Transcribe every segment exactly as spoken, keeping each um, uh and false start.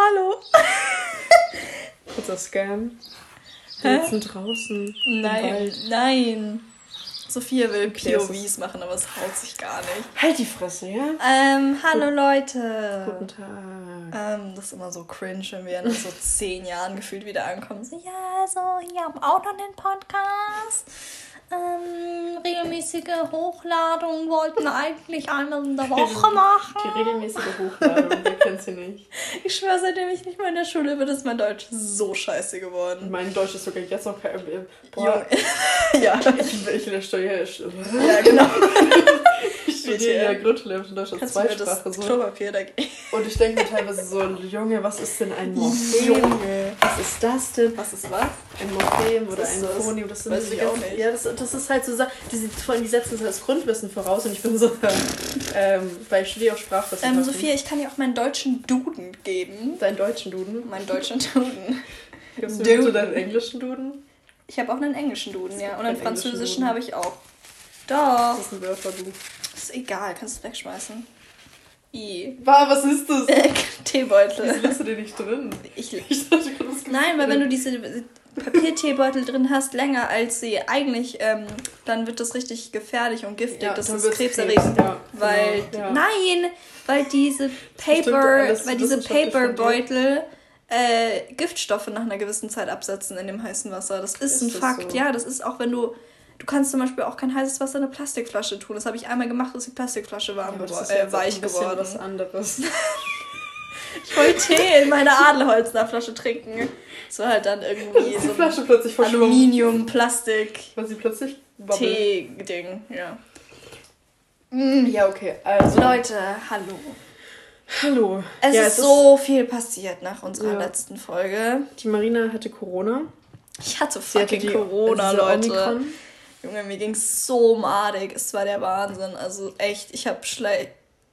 hallo. Kurzer Scam. Wir sitzen draußen. Nein, nein. Sophia will okay, P O Vs machen, aber es haut sich gar nicht. Halt die Fresse, ja? Ähm, hallo Leute. Guten Tag. Ähm, das ist immer so cringe, wenn wir nach so zehn Jahren gefühlt wieder ankommen. So, ja, so, hier haben auch noch einen Podcast. Ähm, regelmäßige Hochladung wollten eigentlich einmal in der Woche machen. Die regelmäßige Hochladung, wer kennt sie nicht? Ich schwöre, seitdem ich nicht mehr in der Schule bin, ist mein Deutsch so scheiße geworden. Mein Deutsch ist sogar jetzt noch kein... Äh, boah. Ja. Ich, ich lösche ja... Ja, genau. Ich studiere ja Grundschule in Deutsch als Zweitsprache. So. Klopapier dagegen. Und ich denke mir teilweise so, Junge, was ist denn ein Morphem? Junge. Was ist das denn? Was ist was? Ein Morphem oder ein das? Phonium. Das sind weiß ich auch nicht. Ja, das, das ist halt so Sachen, die, die setzen das Grundwissen voraus und ich bin so, ähm, weil ich studiere auch Sprachwissenschaften. Ähm, Sophia, ich kann dir auch meinen deutschen Duden geben. Deinen deutschen Duden? Meinen deutschen Duden. Gibst du mir bitte deinen englischen Duden? Ich habe auch einen englischen Duden, ja. Und einen französischen Duden. habe ich auch. Doch. Das ist ein Wörterbuch. Ist egal, kannst du wegschmeißen. I. Bah, was ist das? Teebeutel. Wieso hast du den nicht drin? Ich, ich dachte, ich das Nein, weil wenn du diese Papierteebeutel drin hast, länger als sie eigentlich, ähm, dann wird das richtig gefährlich und giftig. Ja, das ist krebserregend. Ja, weil, genau, ja. Nein, weil diese Paper, weil diese Paperbeutel äh, Giftstoffe nach einer gewissen Zeit absetzen in dem heißen Wasser. Das ist, ist ein das Fakt. So? Ja, das ist auch, wenn du Du kannst zum Beispiel auch kein heißes Wasser in eine Plastikflasche tun. Das habe ich einmal gemacht, dass die Plastikflasche warm ja, geworden, äh, weich geworden. Das ist was anderes. Ich wollte Tee in meiner Adelholzner-Flasche trinken. Das war halt dann irgendwie die so Flasche plötzlich Aluminium, Plastik, war sie plötzlich Tee-Ding, ja. Ja, okay. Also Leute, hallo. Hallo. Es ja, ist es so ist viel passiert nach unserer ja. letzten Folge. Die Marina hatte Corona. Ich hatte fucking hatte die, Corona, Leute. Omikron. Junge, mir ging's so madig. Es war der Wahnsinn. Also echt, ich hab schlecht...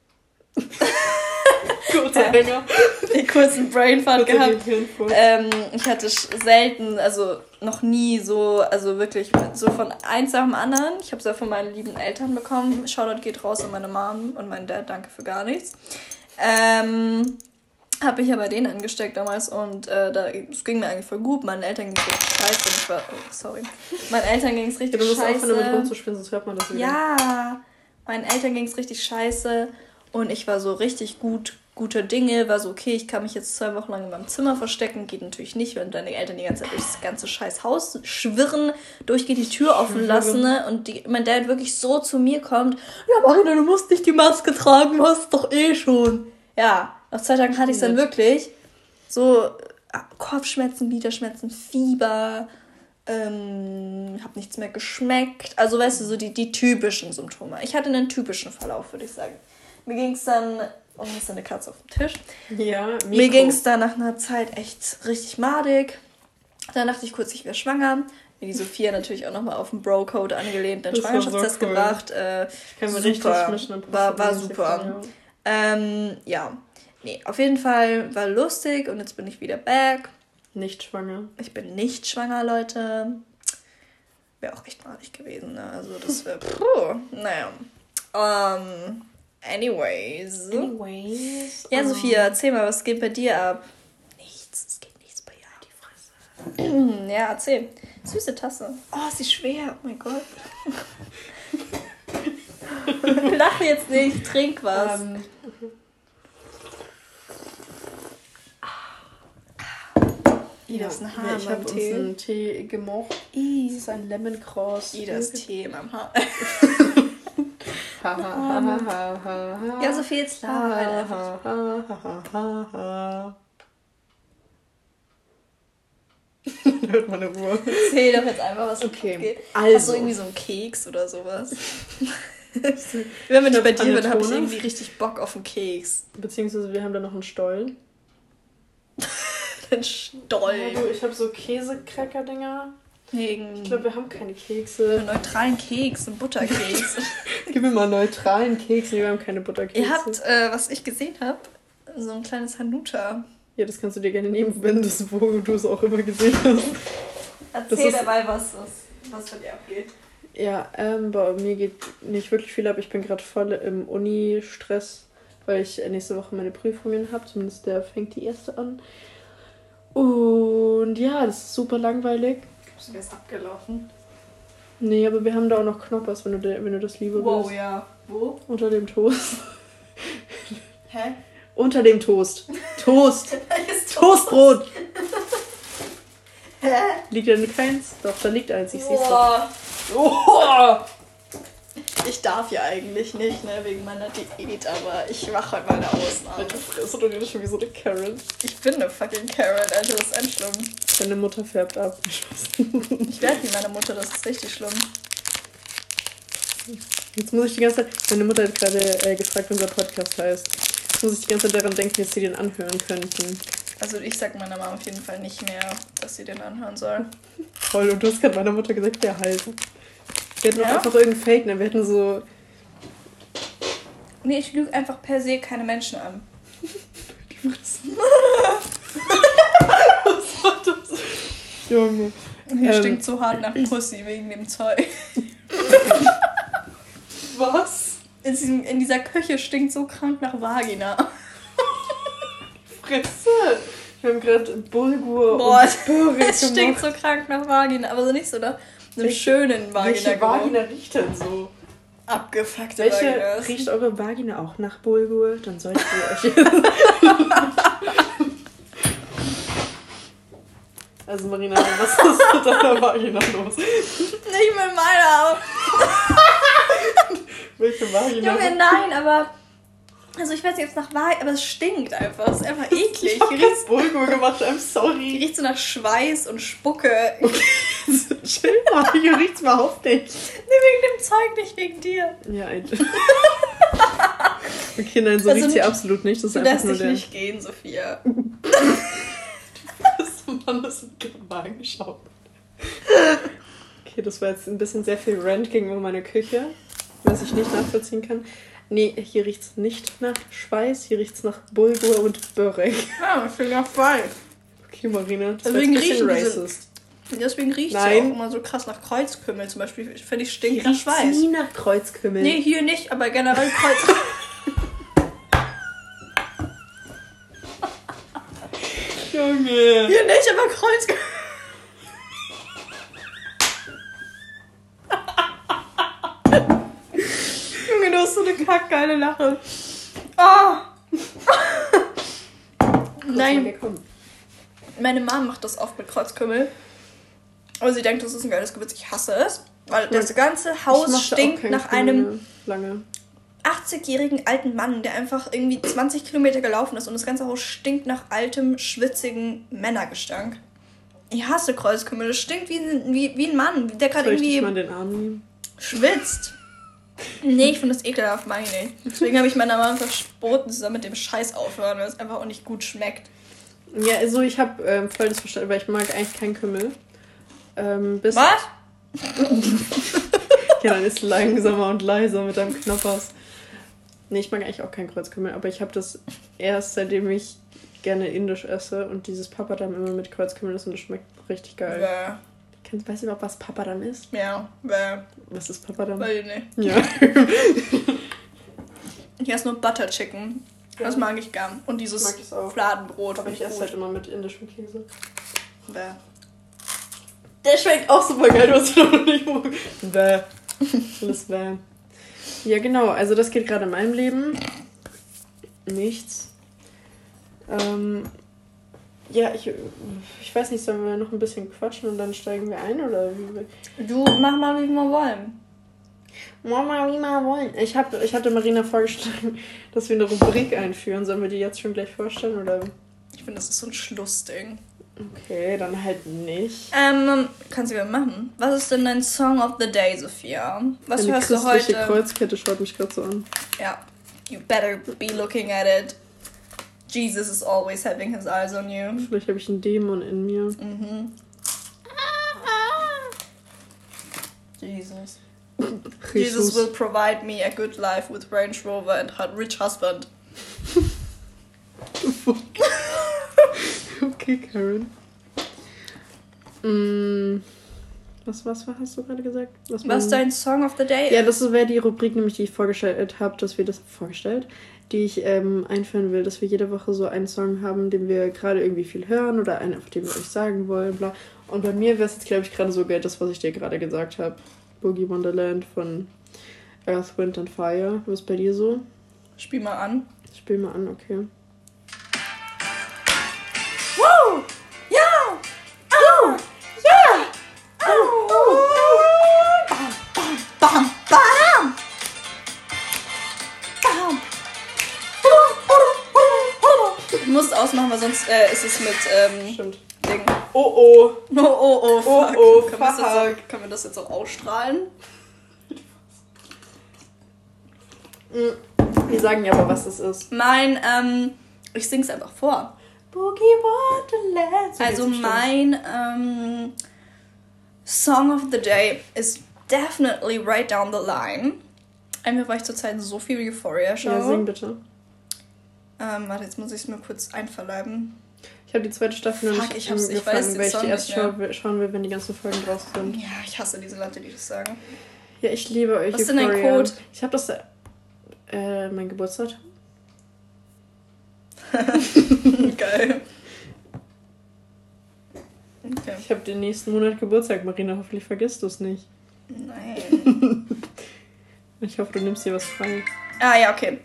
Kurzer Hänger. Den kurzen Brainfart gehabt. Ähm, ich hatte selten, also noch nie so, also wirklich so von eins nach dem anderen. Ich habe es ja von meinen lieben Eltern bekommen. Shoutout geht raus an meine Mom und meinen Dad, danke für gar nichts. Ähm... Habe ich aber den angesteckt damals und äh, da, es ging mir eigentlich voll gut. Meinen Eltern ging es richtig scheiße. Und ich war, oh, sorry. Meinen Eltern ging es richtig ja, du scheiße. Aufhören, damit rumzuspielen, sonst hört man das wieder. Ja, meinen Eltern ging es richtig scheiße und ich war so richtig gut, guter Dinge. War so, okay, ich kann mich jetzt zwei Wochen lang in meinem Zimmer verstecken. Geht natürlich nicht, wenn deine Eltern die ganze Zeit durchs ganze scheiß Haus schwirren, durchgeht die Tür offen lassen, ne? Und die, mein Dad wirklich so zu mir kommt. Ja, Marina, du musst nicht die Maske tragen, du hast doch eh schon. Ja, nach zwei Tagen hatte ich es dann wirklich. So Kopfschmerzen, Gliederschmerzen, Fieber, ähm, hab nichts mehr geschmeckt. Also weißt du, so die, die typischen Symptome. Ich hatte einen typischen Verlauf, würde ich sagen. Mir ging es dann, oh, hier ist eine Katze auf dem Tisch. Ja, Mikro. Mir ging es dann nach einer Zeit echt richtig madig. Dann dachte ich kurz, ich wäre schwanger. Mir die Sophia natürlich auch nochmal auf den Bro-Code angelehnt, den Schwangerschaftstest so cool. gebracht. Äh, ich kann mir super, richtig war, war super. Ähm, ja. Nee, auf jeden Fall war lustig und jetzt bin ich wieder back. Nicht schwanger. Ich bin nicht schwanger, Leute. Wäre auch echt malig gewesen, ne? Also das wäre, puh, naja. Um, anyways. Anyways. Ja, Sophia, erzähl mal, was geht bei dir ab? Nichts, es geht nichts bei dir ab. Die Fresse. Ja, erzähl. Süße Tasse. Oh, ist sie schwer. Oh mein Gott. Lach jetzt nicht, trink was. Um, Ja, das ist ein Haar ich habe uns einen Tee gemocht. I. Das ist ein Lemongrass. I, das Tee in meinem Haar. Ja, so viel jetzt laber halt einfach. Hört meine Uhr. Erzähl doch jetzt einfach, was okay. geht. Also. Hast du irgendwie so einen Keks oder sowas? Wenn ich bei dir bin, habe ich irgendwie richtig Bock auf einen Keks. Beziehungsweise wir haben da noch einen Stollen. Den Stollen. Ja, ich habe so Käse-Cracker-Dinger. Wegen ich glaube, wir haben keine Kekse. Einen neutralen Keks, einen Butterkeks. Gib mir mal einen neutralen Keks. Nee, wir haben keine Butterkekse. Ihr habt, äh, was ich gesehen habe, so ein kleines Hanuta. Ja, das kannst du dir gerne nehmen, wenn das, wo du es auch immer gesehen hast. Erzähl ist, dabei, was, was, was bei dir abgeht. Ja, ähm, bei mir geht nicht wirklich viel ab. Ich bin gerade voll im Uni-Stress. weil ich nächste Woche meine Prüfungen habe. Zumindest der fängt die erste an. Und ja, das ist super langweilig. Ist mir jetzt abgelaufen. Nee, aber wir haben da auch noch Knoppers, wenn du, de, wenn du das lieber Wow, willst. ja. Wo? Unter dem Toast. Hä? Unter dem Toast. Toast. Welches Toastbrot. Hä? Liegt da keins? Doch, da liegt eins. Ich sehe es doch. Boah. Oh. Ich darf ja eigentlich nicht, ne, wegen meiner Diät, aber ich mache halt meine Ausnahme. Alter Fresse, du redest schon wie so eine Karen. Ich bin eine fucking Karen, Alter, das ist echt schlimm. Deine Mutter färbt ab. Ich werde wie meine Mutter, das ist richtig schlimm. Jetzt muss ich die ganze Zeit... Meine Mutter hat gerade äh, gefragt, wie unser Podcast heißt. Jetzt muss ich die ganze Zeit daran denken, dass sie den anhören könnten. Also ich sag meiner Mama auf jeden Fall nicht mehr, dass sie den anhören soll. Toll, und du hast gerade meiner Mutter gesagt, wer heißt. Wir hätten Ja? auch einfach irgendeinen Fake, ne? Wir hätten so... Nee, ich lüge einfach per se keine Menschen an. Die Fritzen. Was war das? Junge. Hier Ähm. stinkt so hart nach Pussy wegen dem Zeug. Was? In, diesem, in dieser Küche stinkt so krank nach Vagina. Fresse! Wir haben gerade Bulgur Boah, und Börek es stinkt so krank nach Vagina, aber so nicht so nach einem Welche- schönen Vagina. Welche Vagina riecht denn so? Abgefuckte Welche Vaginas. riecht eure Vagina auch nach Bulgur? Dann solltet ihr euch... Also Marina, was ist mit deiner Vagina los? Nicht mit meiner. Welche Vagina? Junge, nein, aber... Also ich weiß nicht, ob es nach Vagina... Aber es stinkt einfach. Es ist einfach eklig. Ich hab Hier grad riecht, Bulgur gemacht, I'm hier sorry. riecht so nach Schweiß und Spucke. Chill mal, hier riecht's überhaupt nicht. Nee, wegen dem Zeug, nicht wegen dir. Ja, eigentlich. Okay, nein, so Also riecht's hier nicht- absolut nicht. Das ist Du einfach lässt nur dich der... nicht gehen, Sophia. Mann, das hat gerade mal angeschaut. Okay, das war jetzt ein bisschen sehr viel Rant gegenüber meiner Küche, was ich nicht nachvollziehen kann. Nee, hier riecht's nicht nach Schweiß, hier riecht's nach Bulgur und Börek. Ja, ich bin ja frei. Okay, Marina, das Deswegen war jetzt ein bisschen riechen diese- racist. Deswegen riecht es Nein. auch immer so krass nach Kreuzkümmel zum Beispiel. Finde ich stinkt Hier nach riecht's Schweiß. nie nach Kreuzkümmel. Nee, hier nicht, aber generell Kreuz. Junge. Hier nicht, aber Kreuzkümmel. Junge, du hast so eine kackgeile Lache. Ah! Nein, meine Mom macht das oft mit Kreuzkümmel. Aber sie denkt, das ist ein geiles Gewürz. Ich hasse es. Weil Ja, das ganze Ich Haus mochte auch stinkt keinen nach Kümmel einem lange. achtzigjährigen alten Mann, der einfach irgendwie zwanzig Kilometer gelaufen ist und das ganze Haus stinkt nach altem, schwitzigen Männergestank. Ich hasse Kreuzkümmel. Das stinkt wie ein, wie, wie ein Mann, der gerade Soll ich dich irgendwie mal in den Arm nehmen? schwitzt. Nee, ich finde das ekelhaft, meine ich nicht. Deswegen habe ich meiner Mama verboten, sie soll mit dem Scheiß aufhören, weil es einfach auch nicht gut schmeckt. Ja, also ich habe ähm, voll das verstanden, weil ich mag eigentlich keinen Kümmel. Ähm, bis Was? Ja, dann ist langsamer und leiser mit deinem Knoppers. Nee, ich mag eigentlich auch keinen Kreuzkümmel, aber ich habe das erst, seitdem ich gerne indisch esse und dieses Papadam immer mit Kreuzkümmel ist und das schmeckt richtig geil. Bäh. Kennst, weißt du überhaupt, was Papadam ist? Ja, bäh. Was ist Papadam? Weiß ich nicht. Ja. Ich esse nur Butter Chicken. Das Ja. mag ich gern. Und dieses Mag ich auch. Fladenbrot. Aber ich finde esse halt immer mit indischem Käse. Bäh. Der schmeckt auch super geil, du hast noch nicht Bäh. Alles bäh. Ja, genau, also das geht gerade in meinem Leben. Nichts. Ähm, ja, ich, ich weiß nicht, sollen wir noch ein bisschen quatschen und dann steigen wir ein? Oder wie? Du, mach mal, wie wir wollen. Mama, wie wir wollen. Ich, hab, ich hatte Marina vorgeschlagen, dass wir eine Rubrik einführen. Sollen wir die jetzt schon gleich vorstellen? Oder? Ich finde, das ist so ein Schlussding. Okay, dann halt nicht. Ähm, kannst du gerne machen. Was ist denn dein Song of the Day, Sophia? Was Eine hörst du christliche heute? Kreuzkette schaut mich gerade so an. Ja. You better be looking at it. Jesus is always having his eyes on you. Vielleicht habe ich einen Dämon in mir. Mhm. Jesus. Jesus will provide me a good life with Range Rover and a rich husband. Okay, Karen. Mm, was, was hast du gerade gesagt? Was, Was mein- dein Song of the Day Ja, ist? das wäre die Rubrik, nämlich die ich vorgestellt habe, dass wir das vorgestellt, die ich ähm, einführen will, dass wir jede Woche so einen Song haben, den wir gerade irgendwie viel hören oder einen, auf den wir euch sagen wollen, bla. Und bei mir wäre es jetzt, glaube ich, gerade so geil, das, was ich dir gerade gesagt habe. Boogie Wonderland von Earth, Wind and Fire. Was ist bei dir so? Spiel mal an. Spiel mal an, okay. Woo! Ja! Oh! Ja! Oh! Oh! Bam! Bam! Bam! Bam! Du musst ausmachen, weil sonst äh, ist es mit ähm, Stimmt. Ding. Oh oh. Oh oh oh, fuck. Oh, oh, können, wir das jetzt fuck. auch, können wir das jetzt auch ausstrahlen? Wir sagen ja aber, was es ist. Mein, ähm, ich sing's einfach vor. Boogie Wonderland. So Also geht's bestimmt. mein ähm, Song of the Day ist definitely Right Down the Line. Einfach weil ich zurzeit so viel Euphoria schaue. Ja, sing bitte. Ähm, warte, jetzt muss ich es mir kurz einverleiben. Ich habe die zweite Staffel noch Fuck, nicht ich hab's- ich angefangen, weiß den weil ich Song die erst nicht mehr. schauen will, schauen will, wenn die ganzen Folgen draußen sind. Ja, ich hasse diese Leute, die das sagen. Ja, ich liebe euch. Was ist denn dein Euphoria. Code? Ich habe das... Äh, mein Geburtstag. Geil. Okay. Ich habe den nächsten Monat Geburtstag, Marina. Hoffentlich vergisst du es nicht. Nein. Ich hoffe, du nimmst dir was frei. Ah ja, okay.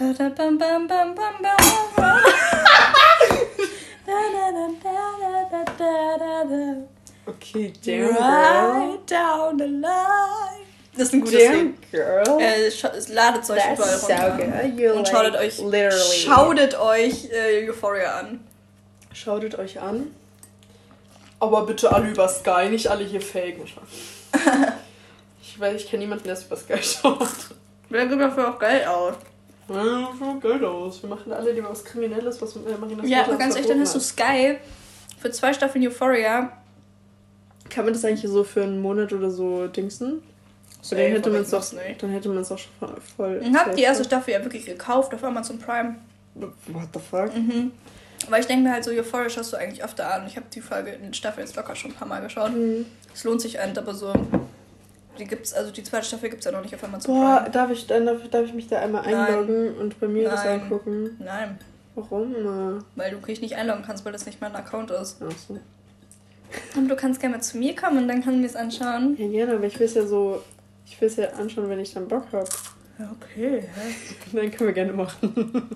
Okay, Right down the line. Das ist ein gutes Damn Lied. girl. Äh, scha- es ladet euch überall That's so runter. good. You Und like schautet euch, literally. schautet euch äh, Euphoria an. Schautet euch an. Aber bitte alle über Sky, nicht alle hier fake. Ich weiß, ich kenne niemanden, der es über Sky schaut. Wer gibt dafür auch Geld aus? Ja, schaut geil aus. Wir machen alle lieber was Kriminelles, was äh, machen das Ja, Mutter aber ganz ehrlich, verboten dann hast du hat. Sky für zwei Staffeln Euphoria. Kann man das eigentlich so für einen Monat oder so dingsen? Safe, Dann hätte aber man ich es doch, mach's nicht. dann hätte man es auch schon voll- voll. Ich hab die erste Staffel ja wirklich gekauft auf Amazon Prime. What the fuck? Mhm. Weil ich denke mir halt so, Euphoria schaust du eigentlich öfter an. Ich habe die Folge in der Staffel jetzt locker schon ein paar Mal geschaut. Mhm. Es lohnt sich an, aber so. Die gibt's, also die zweite Staffel gibt's ja noch nicht auf Amazon Boah, Prime. darf ich, dann darf, darf ich mich da einmal Nein. einloggen und bei mir das Nein. angucken? Nein, Warum? weil du dich nicht einloggen kannst, weil das nicht mein Account ist. Ach so. Aber du kannst gerne mal zu mir kommen und dann können wir es anschauen. Ja, gerne, aber ich will es ja so. Ich will es ja anschauen, wenn ich dann Bock habe. Ja, okay. Dann können wir gerne machen.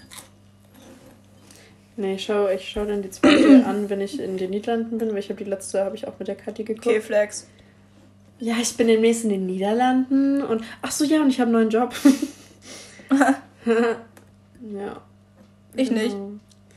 Nee, ich schau, ich schau dann die zweite an, wenn ich in den Niederlanden bin, weil ich habe die letzte, habe ich auch mit der Kathi geguckt. Okay, Flex. Ja, ich bin demnächst in den Niederlanden und ach so, ja, und ich habe einen neuen Job. Ja. Ich nicht. Genau.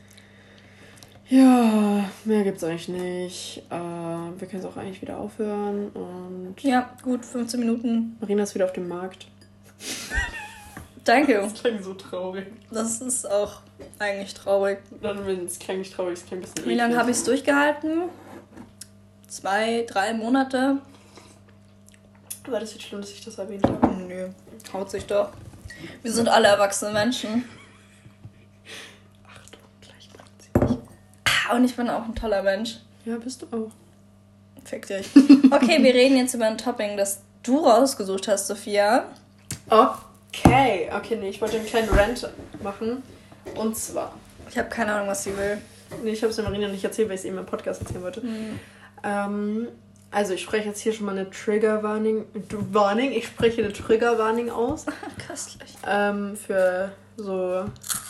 Ja, mehr gibt's eigentlich nicht. Äh, wir können es auch eigentlich wieder aufhören und Ja, gut, fünfzehn Minuten. Marina ist wieder auf dem Markt. Danke. Das klang so traurig. Das ist auch eigentlich traurig. Dann, wenn es klang nicht traurig, es klang ein bisschen Wie lange habe ich es durchgehalten? Zwei, drei Monate? War das jetzt schlimm, dass ich das erwähnt habe? Nö, haut sich doch. Wir sind alle erwachsene Menschen. Achtung, gleich bringt sie mich. Ah, und ich bin auch ein toller Mensch. Ja, bist du auch. Fick dich. Okay, wir reden jetzt über ein Topping, das du rausgesucht hast, Sophia. Okay, okay, nee, ich wollte einen kleinen Rant machen. Und zwar, Ich habe keine Ahnung, was sie will. nee, ich habe es der Marina nicht erzählt, weil ich es eben im Podcast erzählen wollte. Hm. Ähm, also ich spreche jetzt hier schon mal eine Trigger-Warning, Warning, ich spreche eine Trigger-Warning aus. Köstlich. Ähm, für so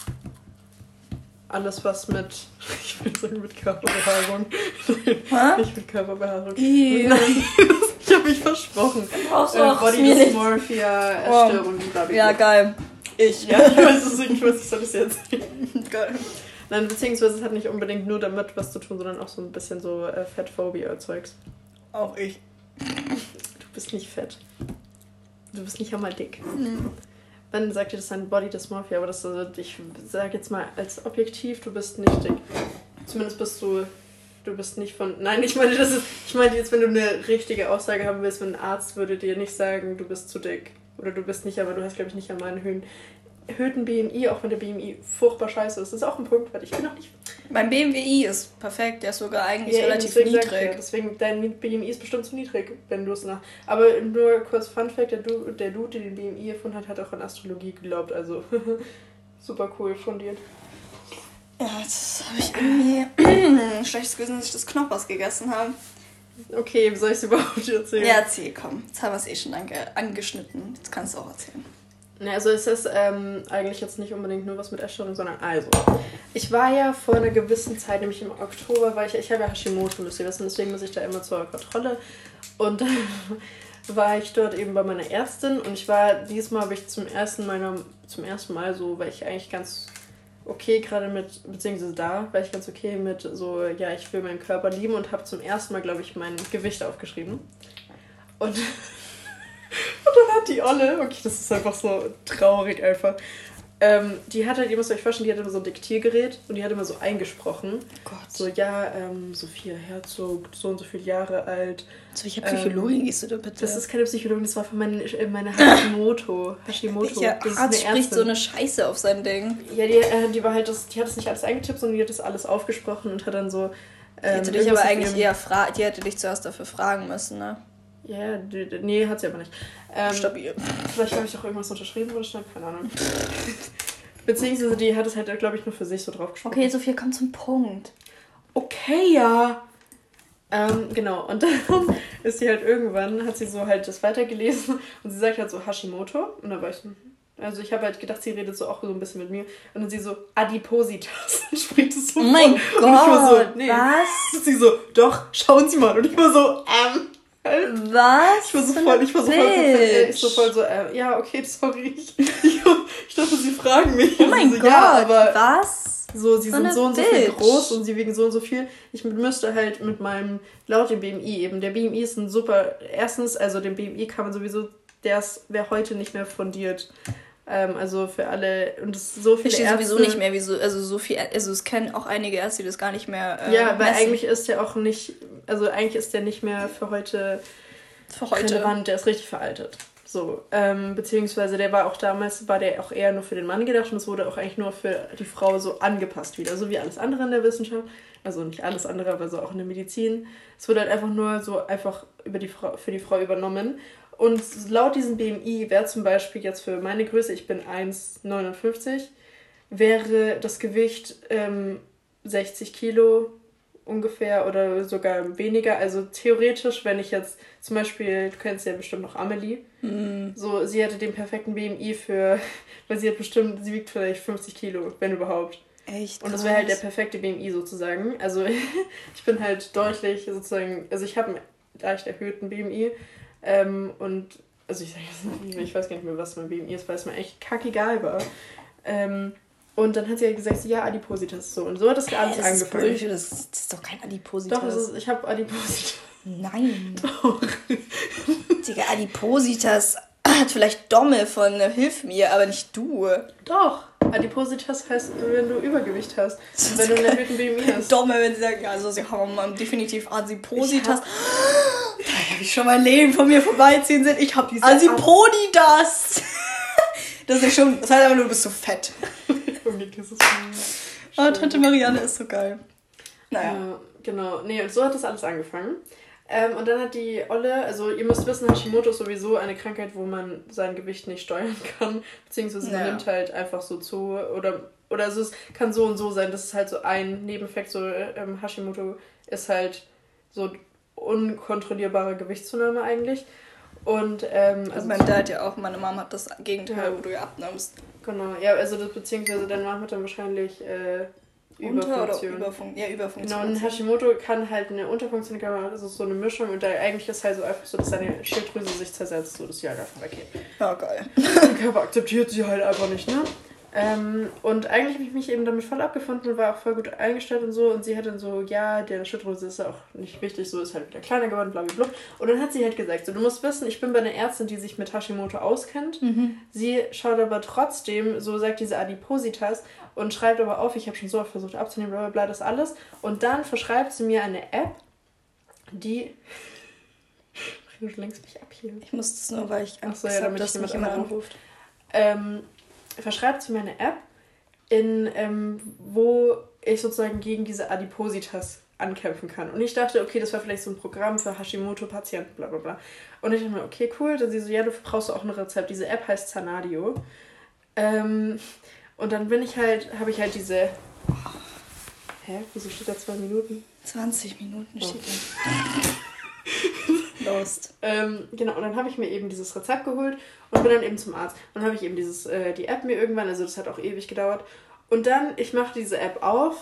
alles, was mit, ich will sagen, mit Körperbehaarung. Hä? Nicht mit Körperbehaarung. Ih. Nein, ich habe mich versprochen. Brauchst du Äh, auch Body mir nicht. Dysmorphia, Essstörung, bla bla. Ja, geil. Ich. Ja, ich weiß es nicht, ich weiß, ich soll das jetzt. Geil. Nein, beziehungsweise es hat nicht unbedingt nur damit was zu tun, sondern auch so ein bisschen so äh, Fettphobia-Zeugs. Auch ich. Du bist nicht fett. Du bist nicht einmal dick. Mhm. Man sagt dir, das ist ein Body Dysmorphia, aber das ist, ich sage jetzt mal als objektiv, du bist nicht dick. Zumindest bist du, du bist nicht von, nein, ich meine, das ist, ich meine jetzt, wenn du eine richtige Aussage haben willst, wenn ein Arzt würde dir nicht sagen, du bist zu dick. Oder du bist nicht, aber du hast, glaube ich, nicht einmal einen Höhen, erhöhten B M I, auch wenn der B M I furchtbar scheiße ist. Das ist auch ein Punkt, weil ich bin noch nicht... Mein B M W I ist perfekt, der ist sogar eigentlich Ja, relativ deswegen sag ich niedrig. Ja, deswegen, dein B M I ist bestimmt zu niedrig, wenn du es nach... Aber nur kurz Fun Fact, der Dude, der, Dude, der den B M I erfunden hat, hat auch an Astrologie geglaubt, also Super cool fundiert. Ja, jetzt habe ich irgendwie ein schlechtes Gewissen, dass ich das Knoppers gegessen habe. Okay, soll ich es überhaupt erzählen? Ja, erzähl, komm. Jetzt haben wir es eh schon ange- angeschnitten. Jetzt kannst du auch erzählen. Ja, also es ist ähm, eigentlich jetzt nicht unbedingt nur was mit Essstörung, sondern also. Ich war ja vor einer gewissen Zeit, nämlich im Oktober, weil ich, ich habe ja Hashimoto, müsst ihr wissen, deswegen muss ich da immer zur Kontrolle. Und dann war ich dort eben bei meiner Ärztin und ich war, diesmal habe ich zum ersten Mal, zum ersten Mal so, weil ich eigentlich ganz okay gerade mit, beziehungsweise da war ich ganz okay mit so, ja, ich will meinen Körper lieben und habe zum ersten Mal, glaube ich, mein Gewicht aufgeschrieben. Und Und dann hat die Olle, okay, das ist einfach so traurig einfach, ähm, die hat halt, ihr müsst euch vorstellen, die hat immer so ein Diktiergerät und die hat immer so eingesprochen. Oh Gott. So, ja, ähm, Sophia Herzog, so und so viele Jahre alt. Zu welcher Psychologin ähm, gehst du da bitte? Das ist keine Psychologin, das war von meine, meine Hashimoto. Hashimoto. Ja, Arzt spricht so eine Scheiße auf sein Ding. Ja, die, äh, die war halt, das, die hat das nicht alles eingetippt, sondern die hat das alles aufgesprochen und hat dann so... Ähm, die hätte dich aber eigentlich eher fra- die hätte dich zuerst dafür fragen müssen, ne? Ja, yeah, nee, hat sie aber nicht. Ähm, Stabil. Vielleicht habe ich doch irgendwas unterschrieben oder schnell, keine Ahnung. Beziehungsweise die hat es halt, glaube ich, nur für sich so drauf gesprochen. Okay, Sophia, komm zum Punkt. Okay, ja. Ähm, genau, und dann ist sie halt irgendwann, hat sie so halt das weitergelesen und sie sagt halt so Hashimoto und dann war ich so, also ich habe halt gedacht, sie redet so auch so ein bisschen mit mir und dann sie so Adipositas und spricht es so Oh mein vor. Gott, und ich war so, nee. was? Sie so, doch, schauen Sie mal und ich war so, ähm... Was? Ich war so voll, ich war so voll, voll, ich so voll so, äh, ja, okay, sorry. Ich, ich, ich dachte, sie fragen mich. Oh mein so, Gott, ja, aber was? So, sie so sind so und so Bitch. viel groß und sie wiegen so und so viel. Ich müsste halt mit meinem, laut dem B M I eben, der B M I ist ein super, erstens, also den B M I kann man sowieso, der wäre heute nicht mehr fundiert. Ähm, also für alle, und es so viele Ärzte... Ich Ärzte, sowieso nicht mehr, wieso, also so viel, also es kennen auch einige Ärzte, die das gar nicht mehr äh, ja, weil messen. eigentlich ist der auch nicht, also eigentlich ist der nicht mehr für heute... Für heute. Relevant, der ist richtig veraltet. So, ähm, beziehungsweise der war auch damals, war der auch eher nur für den Mann gedacht und es wurde auch eigentlich nur für die Frau so angepasst wieder, so wie alles andere in der Wissenschaft. Also nicht alles andere, aber so auch in der Medizin. Es wurde halt einfach nur so einfach über die Frau, für die Frau übernommen. Und laut diesem B M I wäre zum Beispiel jetzt für meine Größe, ich bin eins Komma neunundfünfzig, wäre das Gewicht ähm, sechzig Kilo ungefähr oder sogar weniger. Also theoretisch, wenn ich jetzt zum Beispiel, du kennst ja bestimmt noch Amelie, mm. so, sie hatte den perfekten B M I für, weil sie hat bestimmt, sie wiegt vielleicht fünfzig Kilo, wenn überhaupt. Echt? Und das wäre halt der perfekte B M I sozusagen. Also ich bin halt deutlich sozusagen, also ich habe einen leicht erhöhten B M I ähm, und, also ich sage jetzt nicht, ich weiß gar nicht mehr, was mein B M I ist, weil es mir echt kackegal war. Ähm, Und dann hat sie halt gesagt, ja, Adipositas so. Und so hat das alles das angefangen. Ist das, das ist doch kein Adipositas. Doch, das ist, ich habe Adipositas. Nein. Doch. Digga, Adipositas hat vielleicht Domme von äh, Hilf mir, aber nicht du. Doch. Adipositas heißt, wenn du Übergewicht hast. Und wenn du einen erhöhten B M I hast. Domme, wenn sie sagen, also sie haben definitiv Adipositas. Hab... Da habe ich schon mein Leben von mir vorbeiziehen sehen. Ich habe diese Adipoditas. Das ist schon, das heißt aber nur, du bist so fett. Oh, Tante Marianne ist so geil. Naja. Ja, genau. Nee, und so hat das alles angefangen. Ähm, und dann hat die Olle, also ihr müsst wissen, Hashimoto ist sowieso eine Krankheit, wo man sein Gewicht nicht steuern kann. Beziehungsweise man ja. nimmt halt einfach so zu. Oder, oder also es kann so und so sein. Das ist halt so ein Nebeneffekt. So ähm, Hashimoto ist halt so unkontrollierbare Gewichtszunahme eigentlich. Und, ähm, also mein Dad ja auch, meine Mama hat das Gegenteil, ja. wo du ja abnimmst. Genau, ja, also das, beziehungsweise deine Mama hat dann wahrscheinlich äh, Überfunktion. Oder Überfun- ja, Überfunktion. Genau, und Hashimoto kann halt eine Unterfunktion, also so eine Mischung und da eigentlich ist halt so einfach so, dass deine Schilddrüse sich zersetzt, so dass sie halt einfach weggeht. Ja, geil. Der Körper akzeptiert sie halt einfach nicht, ne? Ähm, und eigentlich habe ich mich eben damit voll abgefunden und war auch voll gut eingestellt und so. Und sie hat dann so, ja, der Schilddrüse ist ja auch nicht wichtig, so ist halt wieder kleiner geworden, blablabla. Und dann hat sie halt gesagt, so, du musst wissen, ich bin bei einer Ärztin, die sich mit Hashimoto auskennt. Mhm. Sie schaut aber trotzdem, so sagt diese Adipositas und schreibt aber auf, ich habe schon so oft versucht abzunehmen, blablabla, das alles. Und dann verschreibt sie mir eine App, die... Du lenkst mich ab hier. Ich muss das nur, weil ich Angst habe, dass mich jemand anruft. Ähm... verschreibt sie mir eine App, in, ähm, wo ich sozusagen gegen diese Adipositas ankämpfen kann. Und ich dachte, okay, das war vielleicht so ein Programm für Hashimoto-Patienten, bla bla bla. Und ich dachte mir, okay, cool. Dann sie so, ja, du brauchst auch ein Rezept. Diese App heißt Zanadio. Ähm, Und dann bin ich halt, habe ich halt diese... Hä? Wieso steht da zwei Minuten? zwanzig Minuten steht oh. da. Lost. ähm, genau, und dann habe ich mir eben dieses Rezept geholt und bin dann eben zum Arzt. Und dann habe ich eben dieses, äh, die App mir irgendwann, also das hat auch ewig gedauert. Und dann, ich mache diese App auf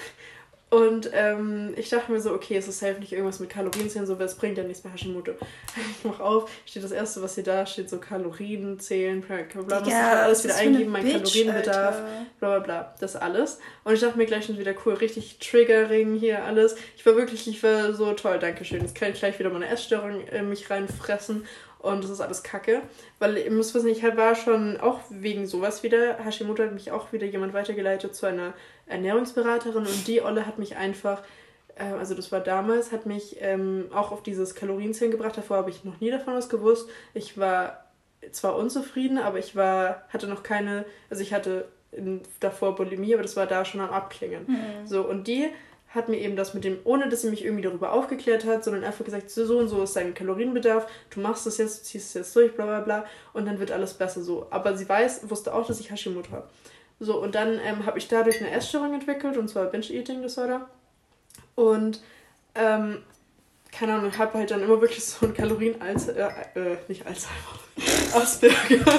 und ähm, ich dachte mir so, okay, es ist safe nicht irgendwas mit Kalorienzählen, so, weil es bringt ja nichts bei Hashimoto. Ich mache auf, steht das erste, was hier da steht, so Kalorien zählen, bla bla, muss ich halt alles wieder eingeben, mein Bitch, Kalorienbedarf, Alter. bla bla bla, das alles. Und ich dachte mir gleich schon wieder, cool, richtig Triggering hier alles. Ich war wirklich, ich war so toll, dankeschön. Jetzt kann ich gleich wieder meine Essstörung in mich reinfressen. Und das ist alles kacke, weil ihr müsst wissen, ich war schon auch wegen sowas wieder, Hashimoto hat mich auch wieder jemand weitergeleitet zu einer Ernährungsberaterin und die Olle hat mich einfach, äh, also das war damals, hat mich ähm, auch auf dieses Kalorienzählen gebracht, davor habe ich noch nie davon was gewusst. Ich war zwar unzufrieden, aber ich war, hatte noch keine, also ich hatte in, davor Bulimie, aber das war da schon am Abklingen. Mhm. So, und die hat mir eben das mit dem, ohne dass sie mich irgendwie darüber aufgeklärt hat, sondern einfach gesagt, so und so ist dein Kalorienbedarf, du machst das jetzt, du ziehst es jetzt durch, bla bla bla, und dann wird alles besser so. Aber sie weiß, wusste auch, dass ich Hashimoto habe. So, und dann ähm, habe ich dadurch eine Essstörung entwickelt, und zwar Binge-Eating Disorder. Und, ähm, keine Ahnung, ich habe halt dann immer wirklich so ein Kalorien- als äh, äh, nicht Alzheimer, Asperger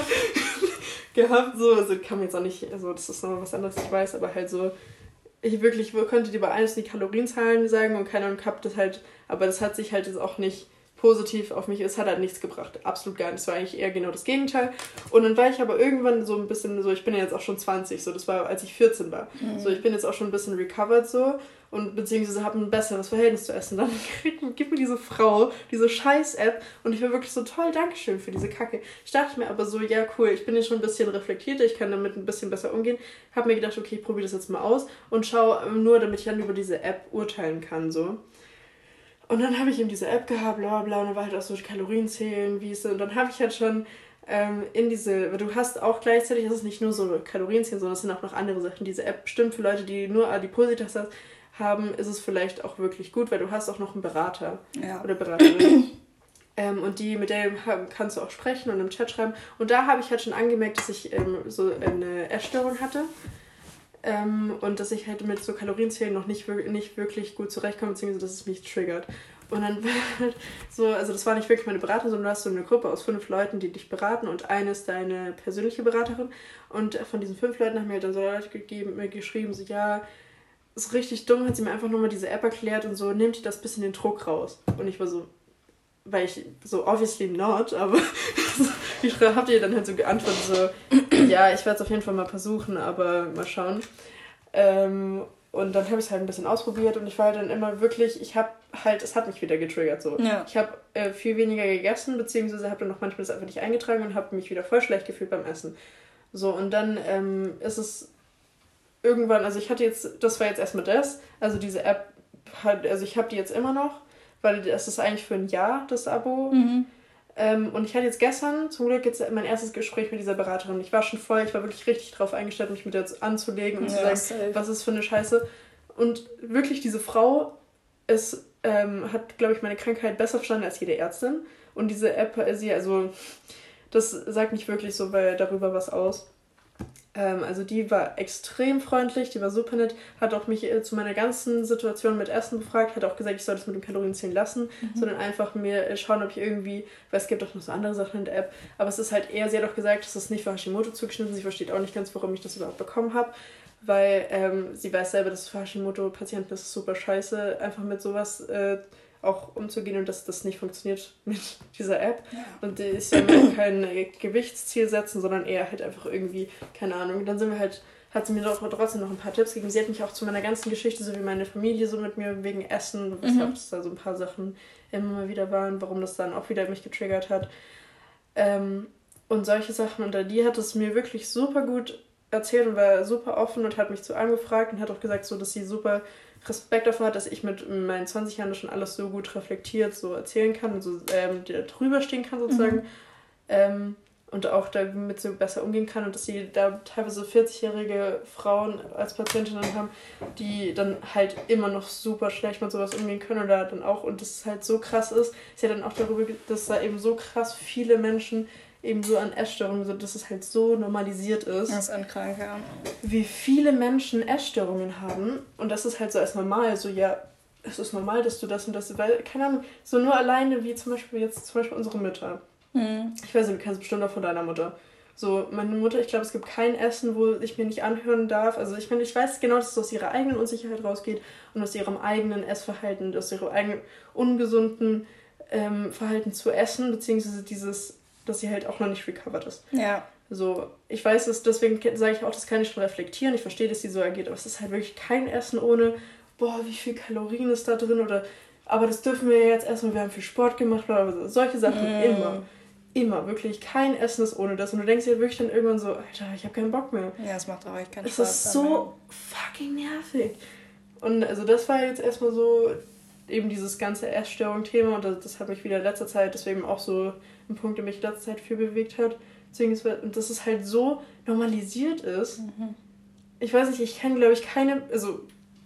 gehabt, so, also kann man jetzt auch nicht, also das ist noch was anderes, ich weiß, aber halt so, ich wirklich konnte dir bei eines die Kalorienzahlen sagen und keine Ahnung, hab das halt, aber das hat sich halt jetzt auch nicht positiv auf mich, es hat halt nichts gebracht, absolut gar nicht, es war eigentlich eher genau das Gegenteil. Und dann war ich aber irgendwann so ein bisschen so, ich bin ja jetzt auch schon zwanzig, so, das war, als ich vierzehn war, mhm. so, ich bin jetzt auch schon ein bisschen recovered so und beziehungsweise habe ein besseres Verhältnis zu Essen. Dann gibt mir diese Frau diese Scheiß-App und ich war wirklich so, toll, Dankeschön für diese Kacke. Ich dachte mir aber so, ja cool, ich bin jetzt schon ein bisschen reflektierter, ich kann damit ein bisschen besser umgehen. Habe mir gedacht, okay, ich probiere das jetzt mal aus und schaue nur, damit ich dann über diese App urteilen kann, so. Und dann habe ich eben diese App gehabt, bla bla, und dann war halt auch so Kalorien zählen, wie es, und dann habe ich halt schon ähm, in diese, du hast auch gleichzeitig, das ist nicht nur so Kalorien zählen, sondern es sind auch noch andere Sachen. Diese App stimmt für Leute, die nur Adipositas haben, ist es vielleicht auch wirklich gut, weil du hast auch noch einen Berater ja. oder Beraterin. ähm, und die, mit der kannst du auch sprechen und im Chat schreiben. Und da habe ich halt schon angemerkt, dass ich ähm, so eine Essstörung hatte. Ähm, und dass ich halt mit so Kalorienzählen noch nicht, nicht wirklich gut zurechtkomme, beziehungsweise dass es mich triggert. Und dann halt so, also das war nicht wirklich meine Beraterin, sondern du hast so eine Gruppe aus fünf Leuten, die dich beraten und eine ist deine persönliche Beraterin. Und von diesen fünf Leuten haben mir dann so Leute gegeben, mir geschrieben, so ja, ist richtig dumm, hat sie mir einfach nochmal diese App erklärt und so, nimmt die das bisschen den Druck raus. Und ich war so, weil ich so, obviously not, aber ich hab dir dann halt so geantwortet, so, ja, ich werde es auf jeden Fall mal versuchen, aber mal schauen. Ähm, und dann habe ich es halt ein bisschen ausprobiert und ich war halt dann immer wirklich, ich habe halt, es hat mich wieder getriggert, so. Ja. Ich habe äh, viel weniger gegessen, beziehungsweise habe dann noch manchmal das einfach nicht eingetragen und habe mich wieder voll schlecht gefühlt beim Essen. So, und dann ähm, ist es irgendwann, also ich hatte jetzt, das war jetzt erstmal das, also diese App, hat, also ich habe die jetzt immer noch, weil das ist eigentlich für ein Jahr, das Abo. Mhm. Ähm, und ich hatte jetzt gestern, zum Glück, jetzt mein erstes Gespräch mit dieser Beraterin. Ich war schon voll, ich war wirklich richtig drauf eingestellt, mich mit der jetzt anzulegen und ja, zu sagen, safe. Was ist für eine Scheiße. Und wirklich, diese Frau ist, ähm, hat, glaube ich, meine Krankheit besser verstanden als jede Ärztin. Und diese App, sie, also, das sagt nicht wirklich so weil darüber was aus. Ähm, also die war extrem freundlich, die war super nett, hat auch mich äh, zu meiner ganzen Situation mit Essen befragt, hat auch gesagt, ich soll das mit dem Kalorienzählen lassen, mhm. sondern einfach mir äh, schauen, ob ich irgendwie, weil es gibt auch noch so andere Sachen in der App, aber es ist halt eher, sie hat auch gesagt, das ist nicht für Hashimoto zugeschnitten, sie versteht auch nicht ganz, warum ich das überhaupt bekommen habe, weil ähm, sie weiß selber, dass für Hashimoto-Patienten das ist super scheiße, einfach mit sowas äh, auch umzugehen und dass das nicht funktioniert mit dieser App. Ja. Und ich soll mir auch kein Gewichtsziel setzen, sondern eher halt einfach irgendwie, keine Ahnung. Dann sind wir halt, hat sie mir doch trotzdem noch ein paar Tipps gegeben. Sie hat mich auch zu meiner ganzen Geschichte, so wie meine Familie so mit mir wegen Essen, weshalb mhm. es da so ein paar Sachen immer mal wieder waren, warum das dann auch wieder mich getriggert hat. Ähm, und solche Sachen. Und die hat es mir wirklich super gut erzählt und war super offen und hat mich zu allem gefragt und hat auch gesagt, so, dass sie super Respekt davor hat, dass ich mit meinen zwanzig Jahren schon alles so gut reflektiert so erzählen kann und so ähm, drüber stehen kann sozusagen. Mhm. Ähm, und auch damit so besser umgehen kann und dass sie da teilweise vierzigjährige Frauen als Patientinnen haben, die dann halt immer noch super schlecht mit sowas umgehen können oder dann auch, und das halt so krass ist, sie hat dann auch darüber, dass da eben so krass viele Menschen eben so an Essstörungen, so, dass es halt so normalisiert ist. Das ist krank, ja. Wie viele Menschen Essstörungen haben und das ist halt so als normal, so ja, es ist normal, dass du das und das, weil, keine Ahnung, so nur alleine wie zum Beispiel jetzt zum Beispiel unsere Mütter. Mhm. Ich weiß nicht, du kennst bestimmt auch von deiner Mutter. So, meine Mutter, ich glaube, es gibt kein Essen, wo ich mir nicht anhören darf. Also ich meine, ich weiß genau, dass es aus ihrer eigenen Unsicherheit rausgeht und aus ihrem eigenen Essverhalten, aus ihrem eigenen ungesunden ähm, Verhalten zu essen, beziehungsweise dieses, dass sie halt auch noch nicht recovered ist. Ja. So, ich weiß es, deswegen sage ich auch, das kann ich schon reflektieren. Ich verstehe, dass sie so agiert, aber es ist halt wirklich kein Essen ohne, boah, wie viel Kalorien ist da drin oder, aber das dürfen wir jetzt essen und wir haben viel Sport gemacht, oder solche Sachen mm. immer. Immer, wirklich, kein Essen ist ohne das. Und du denkst dir wirklich dann irgendwann so, Alter, ich habe keinen Bock mehr. Ja, es macht auch echt keinen Spaß. Es ist so mehr. Fucking nervig. Und also das war jetzt erstmal so eben dieses ganze Essstörung-Thema und das, das hat mich wieder in letzter Zeit, deswegen auch so ein Punkt, der mich in letzter Zeit viel bewegt hat. Und dass es halt so normalisiert ist. Mhm. Ich weiß nicht, ich kenne, glaube ich, keine, also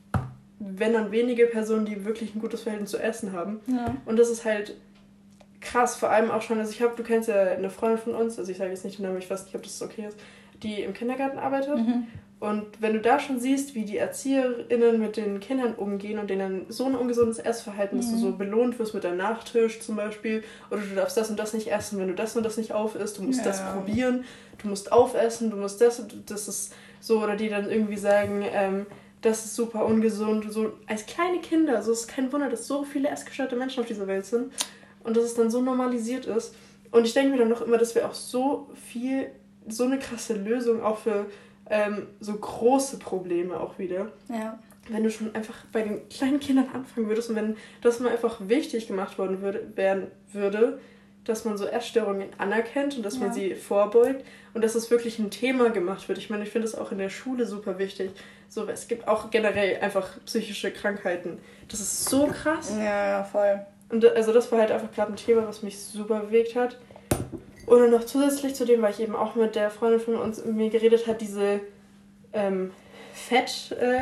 wenn dann wenige Personen, die wirklich ein gutes Verhältnis zu Essen haben. Ja. Und das ist halt krass, vor allem auch schon, also ich habe, du kennst ja eine Freundin von uns, also ich sage jetzt nicht den Namen, ich weiß nicht, ob das okay ist, die im Kindergarten arbeitet. Mhm. Und wenn du da schon siehst, wie die ErzieherInnen mit den Kindern umgehen und denen so ein ungesundes Essverhalten, mhm. dass du so belohnt wirst mit deinem Nachtisch zum Beispiel, oder du darfst das und das nicht essen, wenn du das und das nicht aufisst, du musst ja. das probieren, du musst aufessen, du musst das, das ist so, oder die dann irgendwie sagen, ähm, das ist super ungesund, so als kleine Kinder, also es ist kein Wunder, dass so viele essgestörte Menschen auf dieser Welt sind. Und dass es dann so normalisiert ist. Und ich denke mir dann noch immer, dass wir auch so viel, so eine krasse Lösung auch für ähm, so große Probleme auch wieder. Ja. Wenn du schon einfach bei den kleinen Kindern anfangen würdest und wenn das mal einfach wichtig gemacht worden würde, werden würde, dass man so Essstörungen anerkennt und dass ja. man sie vorbeugt und dass es wirklich ein Thema gemacht wird. Ich meine, ich finde es auch in der Schule super wichtig. So, es gibt auch generell einfach psychische Krankheiten. Das ist so krass. Ja, ja, voll. Und also das war halt einfach gerade ein Thema, was mich super bewegt hat. Und noch zusätzlich zu dem, weil ich eben auch mit der Freundin von uns mit mir geredet hat, diese ähm, Fett, äh,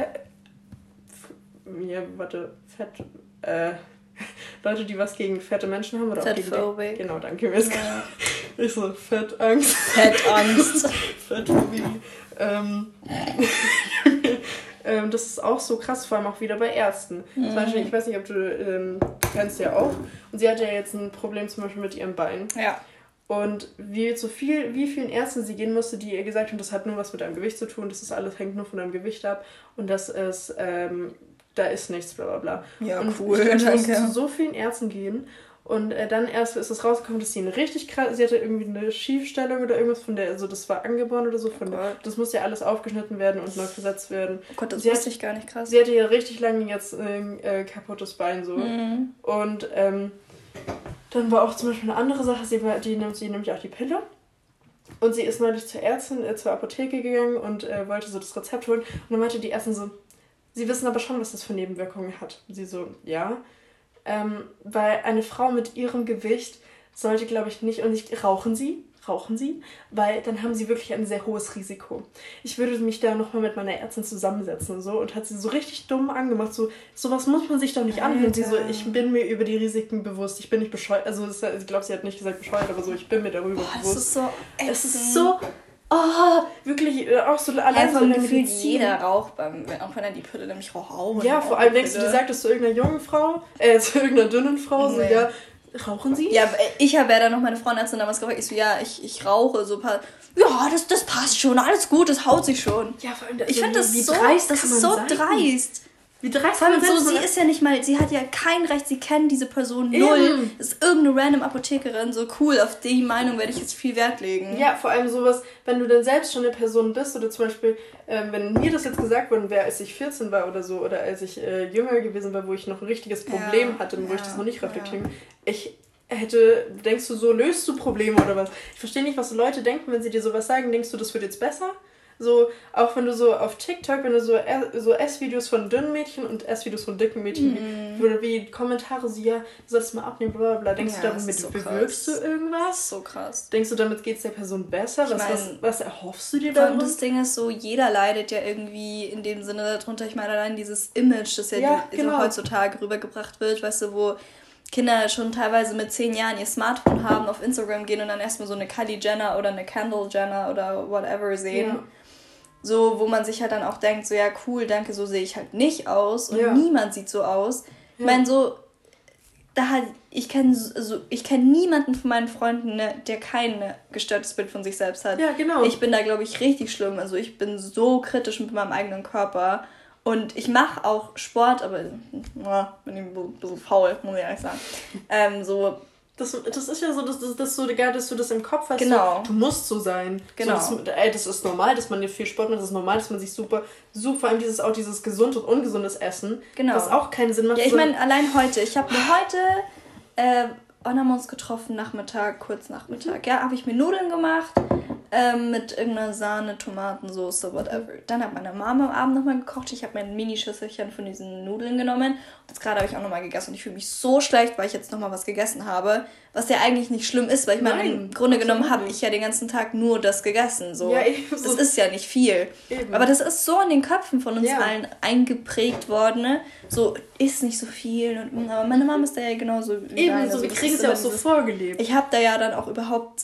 f- ja, warte, Fett, äh, Leute, die was gegen fette Menschen haben oder auch gegen die, genau, danke, mir ist ja. Ich so, Fettangst. Fettangst. Fettphobie. ähm, ähm, das ist auch so krass, vor allem auch wieder bei Ärzten. Mhm. Zum Beispiel, ich weiß nicht, ob du, ähm, du kennst ja auch, und sie hat ja jetzt ein Problem zum Beispiel mit ihrem Bein. Ja. Und wie, zu viel, wie vielen Ärzten sie gehen musste, die ihr gesagt haben, das hat nur was mit deinem Gewicht zu tun, das ist alles, hängt nur von deinem Gewicht ab und das ist, ähm, da ist nichts, bla bla bla. Ja, und cool, ich musste zu so vielen Ärzten gehen und äh, dann erst ist es rausgekommen, dass sie eine richtig krass, sie hatte irgendwie eine Schiefstellung oder irgendwas von der, also das war angeboren oder so, von oh der, das musste ja alles aufgeschnitten werden und neu versetzt werden. Oh Gott, das sie wusste hat, ich gar nicht krass. Sie hatte ja richtig lange jetzt ein äh, kaputtes Bein so mhm. und ähm, dann war auch zum Beispiel eine andere Sache, sie, war, die nimmt sie nämlich auch die Pille. Und sie ist neulich zur Ärztin, äh, zur Apotheke gegangen und äh, wollte so das Rezept holen. Und dann meinte die Ärztin so, sie wissen aber schon, was das für Nebenwirkungen hat. Und sie so, ja. Ähm, weil eine Frau mit ihrem Gewicht sollte, glaube ich, nicht, und nicht, rauchen sie? Rauchen sie? Weil dann haben sie wirklich ein sehr hohes Risiko. Ich würde mich da nochmal mit meiner Ärztin zusammensetzen und so und hat sie so richtig dumm angemacht, so, sowas muss man sich doch nicht anhören. Sie so, ich bin mir über die Risiken bewusst, ich bin nicht bescheuert, also das, ich glaube, sie hat nicht gesagt bescheuert, aber so, ich bin mir darüber oh, bewusst. Das ist so ätzend. Es ist so, oh, wirklich, auch so allein so eine Gefühl, jeder raucht, beim, auch wenn er die Pille nämlich raucht. Ja, vor allem denkst du, die sagt das zu irgendeiner jungen Frau, äh, zu irgendeiner dünnen Frau, so, nee. ja, rauchen Sie? Ja, ich habe ja dann noch meine Frauenärztin damals gefragt, ich so, ja, ich, ich rauche so ein paar, ja, das, das passt schon, alles gut, das haut sich schon. Ja, vor allem, ich finde das so, das ist so sein? dreist. Wie dreist kann man so, sie ist ja nicht mal, sie hat ja kein Recht, sie kennt diese Person null, das ist irgendeine random Apothekerin, so cool, auf die Meinung werde ich jetzt viel Wert legen. Ja, vor allem sowas, wenn du dann selbst schon eine Person bist oder zum Beispiel, ähm, wenn mir das jetzt gesagt worden wäre, als ich vierzehn war oder so, oder als ich äh, jünger gewesen war, wo ich noch ein richtiges Problem ja, hatte, wo ja, ich das noch nicht reflektieren ja. ich hätte, denkst du so, löst du Probleme oder was? Ich verstehe nicht, was Leute denken, wenn sie dir sowas sagen, denkst du, das wird jetzt besser? So, auch wenn du so auf TikTok, wenn du so, so Essvideos von dünnen Mädchen und Essvideos von dicken Mädchen, mm. wie, wie Kommentare so, ja, du solltest mal abnehmen, bla bla bla. Denkst ja, du, damit so bewirkst du irgendwas? So krass. Denkst du, damit geht es der Person besser? Was, mein, was, was erhoffst du dir da? Und das Ding ist so, jeder leidet ja irgendwie in dem Sinne darunter. Ich meine, allein dieses Image, das ja, ja die, genau. so heutzutage rübergebracht wird, weißt du, wo Kinder schon teilweise mit zehn Jahren ihr Smartphone haben, auf Instagram gehen und dann erstmal so eine Kylie Jenner oder eine Kendall Jenner oder whatever sehen. Ja. So, wo man sich halt dann auch denkt, so ja cool, danke, so sehe ich halt nicht aus und ja. niemand sieht so aus. Ja. Ich meine, so, da halt, ich kenne so, ich kenn niemanden von meinen Freunden, ne, der kein gestörtes Bild von sich selbst hat. Ja, genau. Ich bin da, glaube ich, richtig schlimm. Also ich bin so kritisch mit meinem eigenen Körper. Und ich mache auch Sport, aber na, bin ich ein bisschen faul, muss ich ehrlich sagen. Ähm, so, das, das ist ja so, dass, dass, dass, so, dass du das im Kopf hast. Genau. So, du musst so sein. Genau. So, das, ey, das ist normal, dass man viel Sport macht. Das ist normal, dass man sich super, super, vor allem dieses, auch dieses gesund und ungesundes Essen, genau. was auch keinen Sinn macht. Ja, ich meine, allein heute. Ich habe mir heute, äh, wann haben wir uns getroffen? Nachmittag, kurz Nachmittag. Mhm. Ja, habe ich mir Nudeln gemacht. Ähm, mit irgendeiner Sahne, Tomatensauce, whatever. Dann hat meine Mama am Abend nochmal gekocht. Ich habe mir ein Mini-Schüsselchen von diesen Nudeln genommen. Und jetzt gerade habe ich auch nochmal gegessen. Und ich fühle mich so schlecht, weil ich jetzt nochmal was gegessen habe. Was ja eigentlich nicht schlimm ist, weil ich meine, im Grunde genommen habe ich ja den ganzen Tag nur das gegessen. So. Ja, eben so. Das ist ja nicht viel. Eben. Aber das ist so in den Köpfen von uns ja. allen eingeprägt worden. Ne? So, isst nicht so viel. Und, aber meine Mama ist da ja genauso. Eben, so, also, wir kriegen es ja auch so vorgelebt. Ich habe da ja dann auch überhaupt...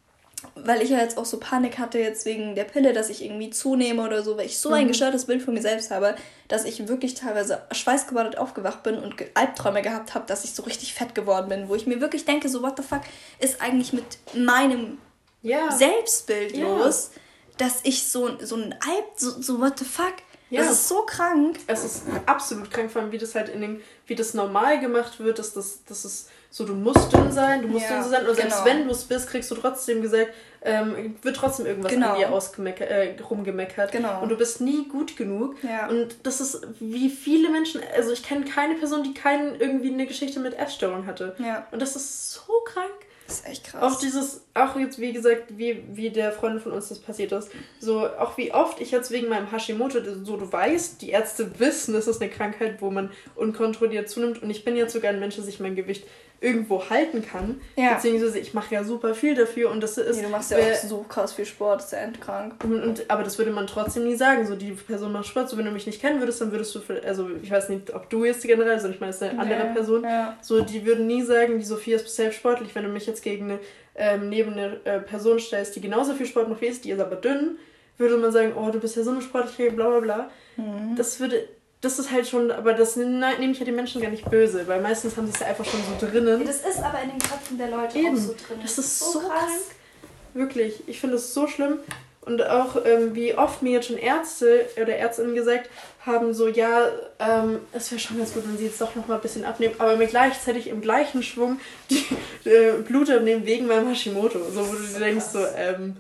weil ich ja jetzt auch so Panik hatte jetzt wegen der Pille, dass ich irgendwie zunehme oder so, weil ich so mhm. ein gestörtes Bild von mir selbst habe, dass ich wirklich teilweise schweißgebadet aufgewacht bin und Albträume gehabt habe, dass ich so richtig fett geworden bin, wo ich mir wirklich denke, so what the fuck ist eigentlich mit meinem ja. Selbstbild ja. los, dass ich so, so ein Alb, so, so what the fuck, ja. das ist so krank. Es ist absolut krank, vor allem wie das halt in dem, wie das normal gemacht wird, dass das, das ist so, du musst dünn sein, du musst ja, dünn sein und selbst genau. wenn du es bist, kriegst du trotzdem gesagt, ähm, wird trotzdem irgendwas genau. an dir ausgemeckert, äh, rumgemeckert genau. und du bist nie gut genug ja. und das ist, wie viele Menschen, also ich kenne keine Person, die keinen irgendwie eine Geschichte mit Essstörung hatte ja. und das ist so krank. Das ist echt krass. Auch dieses, auch jetzt wie gesagt, wie, wie der Freundin von uns das passiert ist, so auch wie oft ich jetzt wegen meinem Hashimoto, so du weißt, die Ärzte wissen, es ist eine Krankheit, wo man unkontrolliert zunimmt und ich bin jetzt sogar ein Mensch, dass ich mein Gewicht irgendwo halten kann, ja. beziehungsweise ich mache ja super viel dafür und das ist... Nee, du machst ja äh, auch so krass viel Sport, das ist ja endkrank. Und, und, aber das würde man trotzdem nie sagen, so die Person macht Sport, so wenn du mich nicht kennen würdest, dann würdest du, für, also ich weiß nicht, ob du jetzt generell, also ich meine, es ist eine nee. andere Person, ja. so die würden nie sagen, die Sophia ist safe sportlich, wenn du mich jetzt gegen eine, ähm, neben eine äh, Person stellst, die genauso viel Sport macht wie ich, die ist aber dünn, würde man sagen, oh, du bist ja so eine sportliche, bla bla bla. Mhm. Das würde... Das ist halt schon, aber das nehme ich ja die Menschen gar nicht böse, weil meistens haben sie es ja einfach schon so drinnen. Das ist aber in den Köpfen der Leute Eben. auch so drin. Das ist so, so krank. Wirklich, ich finde es so schlimm. Und auch, ähm, wie oft mir jetzt schon Ärzte oder Ärztinnen gesagt haben, so, ja, ähm, es wäre schon ganz gut, wenn sie jetzt doch noch mal ein bisschen abnehmen, aber mir gleichzeitig im gleichen Schwung die äh, Blut abnehmen wegen meinem Hashimoto. So, wo du dir denkst, so, ähm...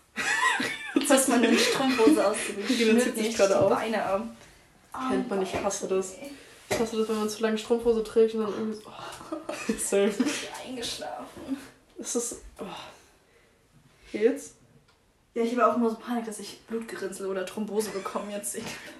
Dass man eine Strumpfhose auszieht. Die zieht sich gerade auf. Beine ab. Oh, kennt man, ich hasse das. Ich hasse das, wenn man zu lange Strumpfhose trägt und dann irgendwie so... Oh. Sorry. Ich bin eingeschlafen. Es ist... Oh. Geht's? Ja, ich habe auch immer so Panik, dass ich Blutgerinnsel oder Thrombose bekomme jetzt.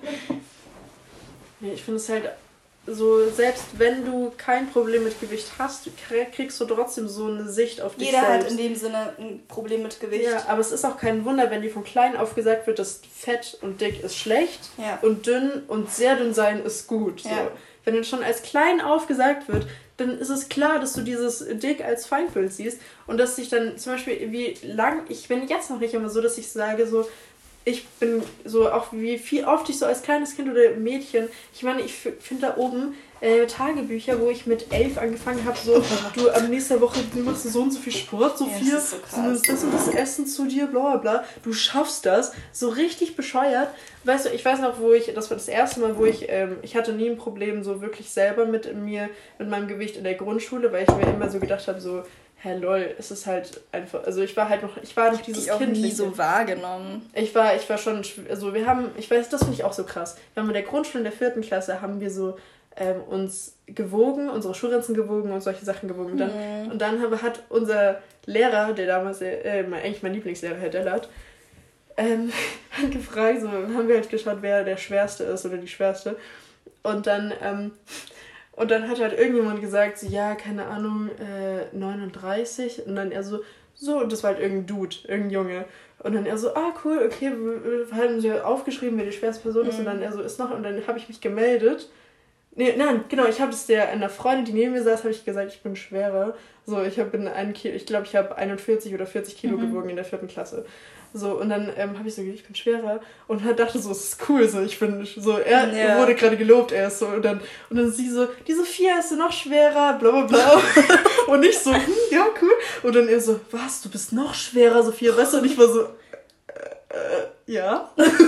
Nee, ich finde es halt so, selbst wenn du kein Problem mit Gewicht hast, kriegst du trotzdem so eine Sicht auf dich Jeder selbst. Jeder hat in dem Sinne ein Problem mit Gewicht. Ja, aber es ist auch kein Wunder, wenn dir von klein auf gesagt wird, dass Fett und dick ist schlecht ja. und dünn und sehr dünn sein ist gut. So. Ja. Wenn dir schon als klein auf gesagt wird, dann ist es klar, dass du dieses dick als Feindbild siehst und dass sich dann zum Beispiel, wie lang, ich bin jetzt noch nicht immer so, dass ich sage so, ich bin so, auch wie viel oft ich so als kleines Kind oder Mädchen, ich meine, ich finde da oben äh, Tagebücher, wo ich mit elf angefangen habe, so, du am nächsten Woche du machst so und so viel Sport, so ja, viel, das, ist so krass. das und das Essen zu dir, bla bla bla, du schaffst das, so richtig bescheuert. Weißt du, ich weiß noch, wo ich, das war das erste Mal, wo ich, ähm, ich hatte nie ein Problem so wirklich selber mit mir, mit meinem Gewicht in der Grundschule, weil ich mir immer so gedacht habe, so, hä, lol, es ist halt einfach, also ich war halt noch, ich war noch dieses ich auch Kind. nie so wahrgenommen. Ich war, ich war schon, also wir haben, ich weiß, das finde ich auch so krass. Wir haben in der Grundschule in der vierten Klasse, haben wir so ähm, uns gewogen, unsere Schulranzen gewogen und solche Sachen gewogen. Und dann, mhm. und dann hat unser Lehrer, der damals, äh, eigentlich mein Lieblingslehrer, Herr Dellert, ähm, hat gefragt, so haben wir halt geschaut, wer der Schwerste ist oder die Schwerste. Und dann, ähm, Und dann hat halt irgendjemand gesagt, so, ja, keine Ahnung, äh, neununddreißig. Und dann er so, so, und das war halt irgendein Dude, irgendein Junge. Und dann er so, ah, cool, okay, wir haben sie aufgeschrieben, wer die schwerste Person ist. Mhm. Und dann er so, ist noch, und dann habe ich mich gemeldet. Nee, nein, genau, ich habe es der einer Freundin, die neben mir saß, habe ich gesagt, ich bin schwerer. So, ich habe in ein Kilo, ich glaube, ich habe einundvierzig oder vierzig Kilo mhm. gewogen in der vierten Klasse. So, und dann ähm, habe ich so gesagt, ich bin schwerer. Und er dachte so, es ist cool, so, ich bin so, er ja. wurde gerade gelobt, er ist so, und dann, und dann sie so, die Sophia ist so noch schwerer, bla bla bla. Und ich so, hm, ja, cool. Und dann er so, was, du bist noch schwerer, Sophia, weißt du? Und ich war so, äh, äh ja.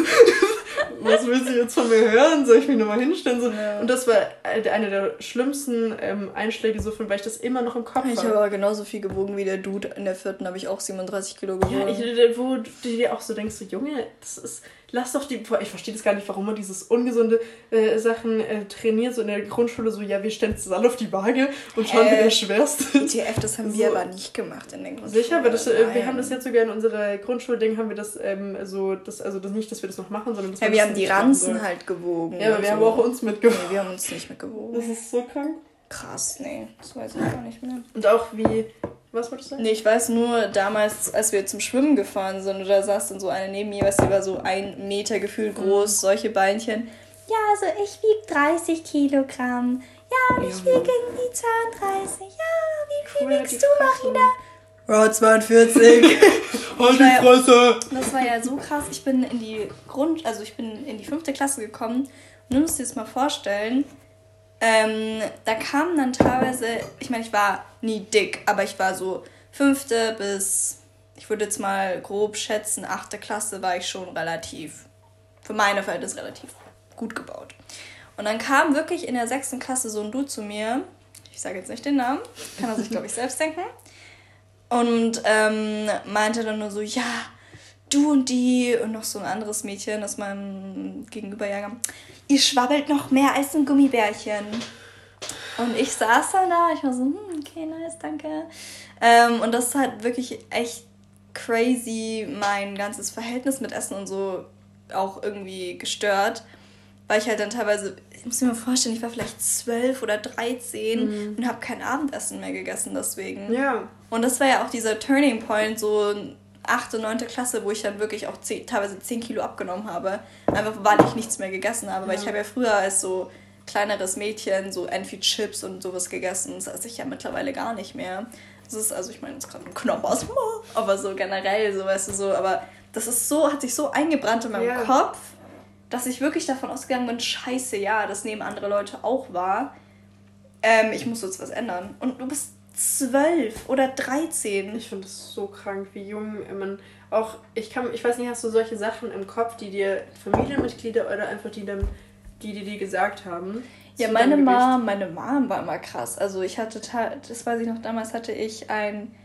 Was willst du jetzt von mir hören? Soll ich mich nochmal hinstellen? So. Ja. Und das war eine der schlimmsten ähm, Einschläge, so von, weil ich das immer noch im Kopf habe. Ich habe aber genauso viel gewogen wie der Dude. In der vierten habe ich auch siebenunddreißig Kilo gewogen. Ja, ich, wo du dir auch so denkst, so, Junge, das ist, lass doch die, ich verstehe das gar nicht, warum man dieses ungesunde äh, Sachen äh, trainiert, so in der Grundschule, so, ja, wir stellen es alle auf die Waage und schauen, wer der Schwerste ist. T F, das haben so. wir aber nicht gemacht in der Grundschule. Sicher, weil das, äh, wir haben das jetzt sogar in unserer Grundschulding, haben wir das ähm, so, das, also das nicht, dass wir das noch machen, sondern das ja, wir haben die Ranzen halt gewogen. Ja, aber wir so. haben auch uns mitgewogen. Nee, wir haben uns nicht mitgewogen. Das ist so krank. Krass, nee, das weiß ich gar nicht mehr. Und auch wie, was wolltest du sagen? Nee, ich weiß nur, damals, als wir zum Schwimmen gefahren sind, da saß dann so eine neben mir, weißt du, die war so ein Meter gefühlt groß, mhm. solche Beinchen. Ja, also ich wiege dreißig Kilogramm. Ja, und ich ja, wiege irgendwie zweiunddreißig. Ja, wie viel wiegst du, Marina? Ja, zweiundvierzig. Halt die Fresse! Das war ja so krass. Ich bin in die Grund, also ich bin in die fünfte Klasse gekommen. Und du musst dir das mal vorstellen, ähm, da kamen dann teilweise, ich meine, ich war nie dick, aber ich war so fünfte bis, ich würde jetzt mal grob schätzen, achte Klasse war ich schon relativ, für meine Verhältnisse relativ gut gebaut. Und dann kam wirklich in der sechsten Klasse so ein Dude zu mir, ich sage jetzt nicht den Namen, kann er sich, glaube ich, selbst denken, und ähm, meinte dann nur so, ja, du und die und noch so ein anderes Mädchen aus meinem Gegenüberjahrgang, ihr schwabbelt noch mehr als ein Gummibärchen. Und ich saß dann da, ich war so, hm, okay, nice, danke. Ähm, und das hat wirklich echt crazy mein ganzes Verhältnis mit Essen und so auch irgendwie gestört. Weil ich halt dann teilweise, ich muss mir mal vorstellen, ich war vielleicht zwölf oder dreizehn mhm. und habe kein Abendessen mehr gegessen deswegen. Ja. Und das war ja auch dieser Turning Point, so achte, neunte Klasse, wo ich dann wirklich auch zehn, teilweise zehn Kilo abgenommen habe. Einfach weil ich nichts mehr gegessen habe. Ja. Weil ich habe ja früher als so kleineres Mädchen so entweder Chips und sowas gegessen. Das esse ich ja mittlerweile gar nicht mehr. Das ist, also ich meine, jetzt gerade ein Knopf aus, aber so generell, so weißt du, so. Aber das ist so, hat sich so eingebrannt in meinem ja. Kopf, dass ich wirklich davon ausgegangen bin, scheiße, ja, das nehmen andere Leute auch wahr. Ähm, ich muss jetzt was ändern. Und du bist zwölf oder dreizehn. Ich finde das so krank, wie jung man auch, ich kann, ich weiß nicht, hast du solche Sachen im Kopf, die dir Familienmitglieder oder einfach die dann, die dir die gesagt haben? Ja, meine Mom, meine Mom war immer krass. Also ich hatte, das weiß ich noch, damals hatte ich ein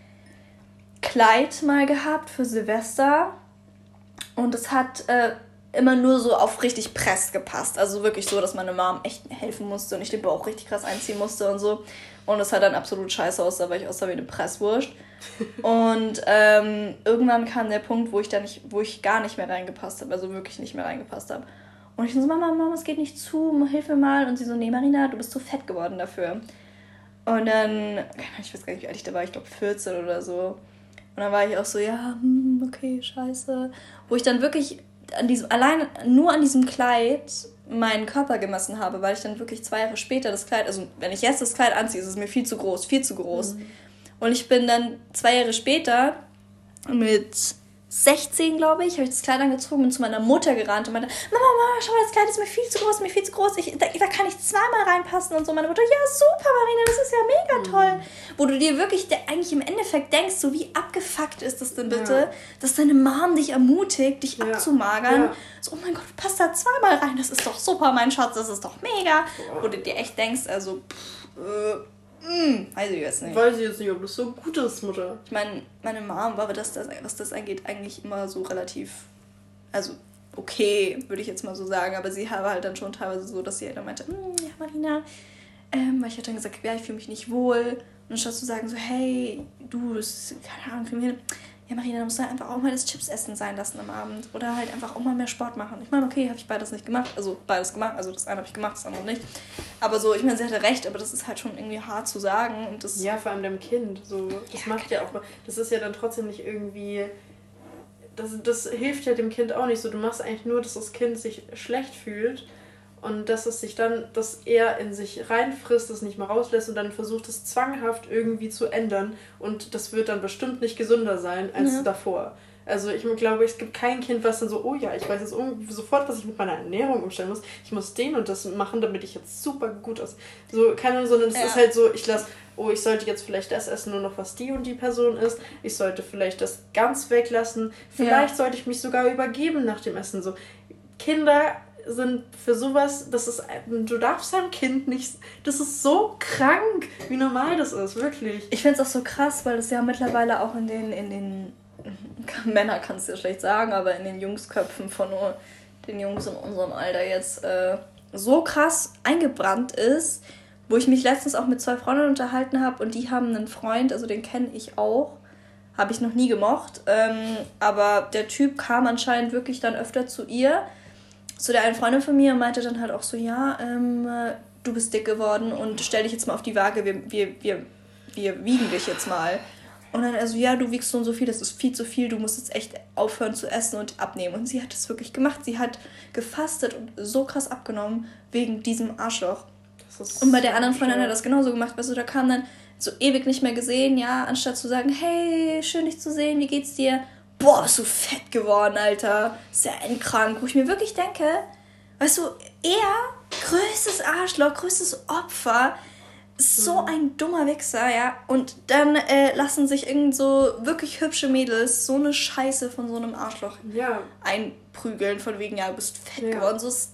Kleid mal gehabt für Silvester und es hat äh, immer nur so auf richtig Press gepasst. Also wirklich so, dass meine Mom echt helfen musste und ich den Bauch richtig krass einziehen musste und so. Und es hat dann absolut scheiße aussah, weil ich aussah wie eine Presswurst. Und ähm, irgendwann kam der Punkt, wo ich da nicht, wo ich gar nicht mehr reingepasst habe, also wirklich nicht mehr reingepasst habe. Und ich so, Mama, Mama, es geht nicht zu, hilf mir mal. Und sie so, nee, Marina, du bist zu fett geworden dafür. Und dann, ich weiß gar nicht, wie alt ich da war, ich glaube vierzehn oder so. Und dann war ich auch so, ja, hm, okay, scheiße. Wo ich dann wirklich an diesem, allein nur an diesem Kleid meinen Körper gemessen habe, weil ich dann wirklich zwei Jahre später das Kleid, also wenn ich jetzt das Kleid anziehe, ist es mir viel zu groß, viel zu groß. Mhm. Und ich bin dann zwei Jahre später mit sechzehn, glaube ich, habe ich das Kleid angezogen und zu meiner Mutter gerannt und meinte, Mama, Mama, schau mal, das Kleid ist mir viel zu groß, mir viel zu groß, ich, da, da kann ich zweimal reinpassen und so. Meine Mutter, ja, super, Marina, das ist ja mega toll. Mhm. Wo du dir wirklich der, eigentlich im Endeffekt denkst, so wie abgefuckt ist das denn bitte, ja. dass deine Mom dich ermutigt, dich ja. abzumagern. Ja. So, oh mein Gott, du passt da zweimal rein, das ist doch super, mein Schatz, das ist doch mega. Boah. Wo du dir echt denkst, also, pff, äh, Hm, weiß ich jetzt nicht. Weiß ich jetzt nicht, ob das so gut ist, Mutter. Ich meine, meine Mom war, das, das, was das angeht, eigentlich immer so relativ, also okay, würde ich jetzt mal so sagen, aber sie war halt dann schon teilweise so, dass sie halt dann meinte, ja Marina, ähm, weil ich hatte dann gesagt, ja, ich fühle mich nicht wohl. Und anstatt zu sagen so, hey, du, das ist, keine Ahnung, für mich, ja Marina, dann musst du halt einfach auch mal das Chips essen sein lassen am Abend. Oder halt einfach auch mal mehr Sport machen. Ich meine, okay, habe ich beides nicht gemacht. Also beides gemacht. Also das eine habe ich gemacht, das andere nicht. Aber so, ich meine, sie hatte recht, aber das ist halt schon irgendwie hart zu sagen. Und das ja, vor allem dem Kind. So, das ja, macht ja auch, das ist ja dann trotzdem nicht irgendwie, das, das hilft ja dem Kind auch nicht so. Du machst eigentlich nur, dass das Kind sich schlecht fühlt. Und dass es sich dann, dass er in sich reinfrisst, es nicht mehr rauslässt und dann versucht, es zwanghaft irgendwie zu ändern. Und das wird dann bestimmt nicht gesünder sein als ja. davor. Also ich glaube, es gibt kein Kind, was dann so, oh ja, ich weiß jetzt sofort, was ich mit meiner Ernährung umstellen muss. Ich muss den und das machen, damit ich jetzt super gut aus. So, keine Ahnung, sondern es ja. ist halt so, ich lasse, oh, ich sollte jetzt vielleicht das essen, nur noch was die und die Person isst. Ich sollte vielleicht das ganz weglassen. Vielleicht ja. sollte ich mich sogar übergeben nach dem Essen. So, Kinder sind für sowas, das ist, du darfst deinem Kind nicht, das ist so krank, wie normal das ist, wirklich. Ich finde es auch so krass, weil das ja mittlerweile auch in den, in den, Männer kannst du ja schlecht sagen, aber in den Jungsköpfen von nur den Jungs in unserem Alter jetzt äh, so krass eingebrannt ist, wo ich mich letztens auch mit zwei Freunden unterhalten habe und die haben einen Freund, also den kenne ich auch, habe ich noch nie gemocht, ähm, aber der Typ kam anscheinend wirklich dann öfter zu ihr, zu der einen Freundin von mir und meinte dann halt auch so, ja, ähm, du bist dick geworden und stell dich jetzt mal auf die Waage, wir, wir, wir, wir wiegen dich jetzt mal. Und dann also, ja, du wiegst so und so viel, das ist viel zu viel, du musst jetzt echt aufhören zu essen und abnehmen. Und sie hat das wirklich gemacht. Sie hat gefastet und so krass abgenommen wegen diesem Arschloch. Und bei der anderen Freundin hat er das genauso gemacht. Weißt du, da kam dann so ewig nicht mehr gesehen, ja, anstatt zu sagen, hey, schön dich zu sehen, wie geht's dir? Boah, bist du fett geworden, Alter. Ist ja endkrank. Wo ich mir wirklich denke, weißt du, er, größtes Arschloch, größtes Opfer, so ein dummer Wichser, ja. Und dann äh, lassen sich irgend so wirklich hübsche Mädels so eine Scheiße von so einem Arschloch ja. einprügeln, von wegen, ja, du bist fett ja. geworden. So ist,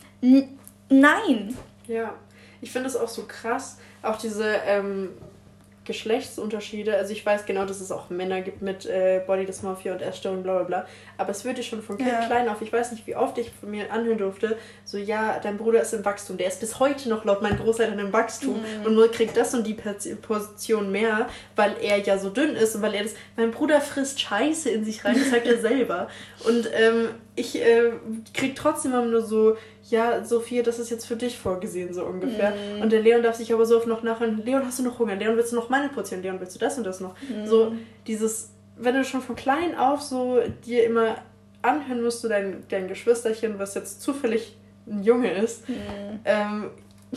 n- nein. Ja, ich finde es auch so krass, auch diese ähm, Geschlechtsunterschiede. Also ich weiß genau, dass es auch Männer gibt mit äh, Body Dysmorphia und Essstörung, bla bla bla. Aber es wird dir schon von kind ja. klein auf, ich weiß nicht, wie oft ich von mir anhören durfte, so, ja, dein Bruder ist im Wachstum. Der ist bis heute noch laut meinen Großeltern im Wachstum mhm. und kriegt das und die Position mehr, weil er ja so dünn ist und weil er das... Mein Bruder frisst Scheiße in sich rein, das sagt er selber. Und ähm, ich äh, krieg trotzdem immer nur so, ja, Sophia, das ist jetzt für dich vorgesehen, so ungefähr. Mm. Und der Leon darf sich aber so oft noch nachhören, Leon, hast du noch Hunger? Leon, willst du noch meine Portion? Leon, willst du das und das noch? Mm. So dieses, wenn du schon von klein auf so dir immer anhören musst, du dein, dein Geschwisterchen, was jetzt zufällig ein Junge ist, mm. ähm,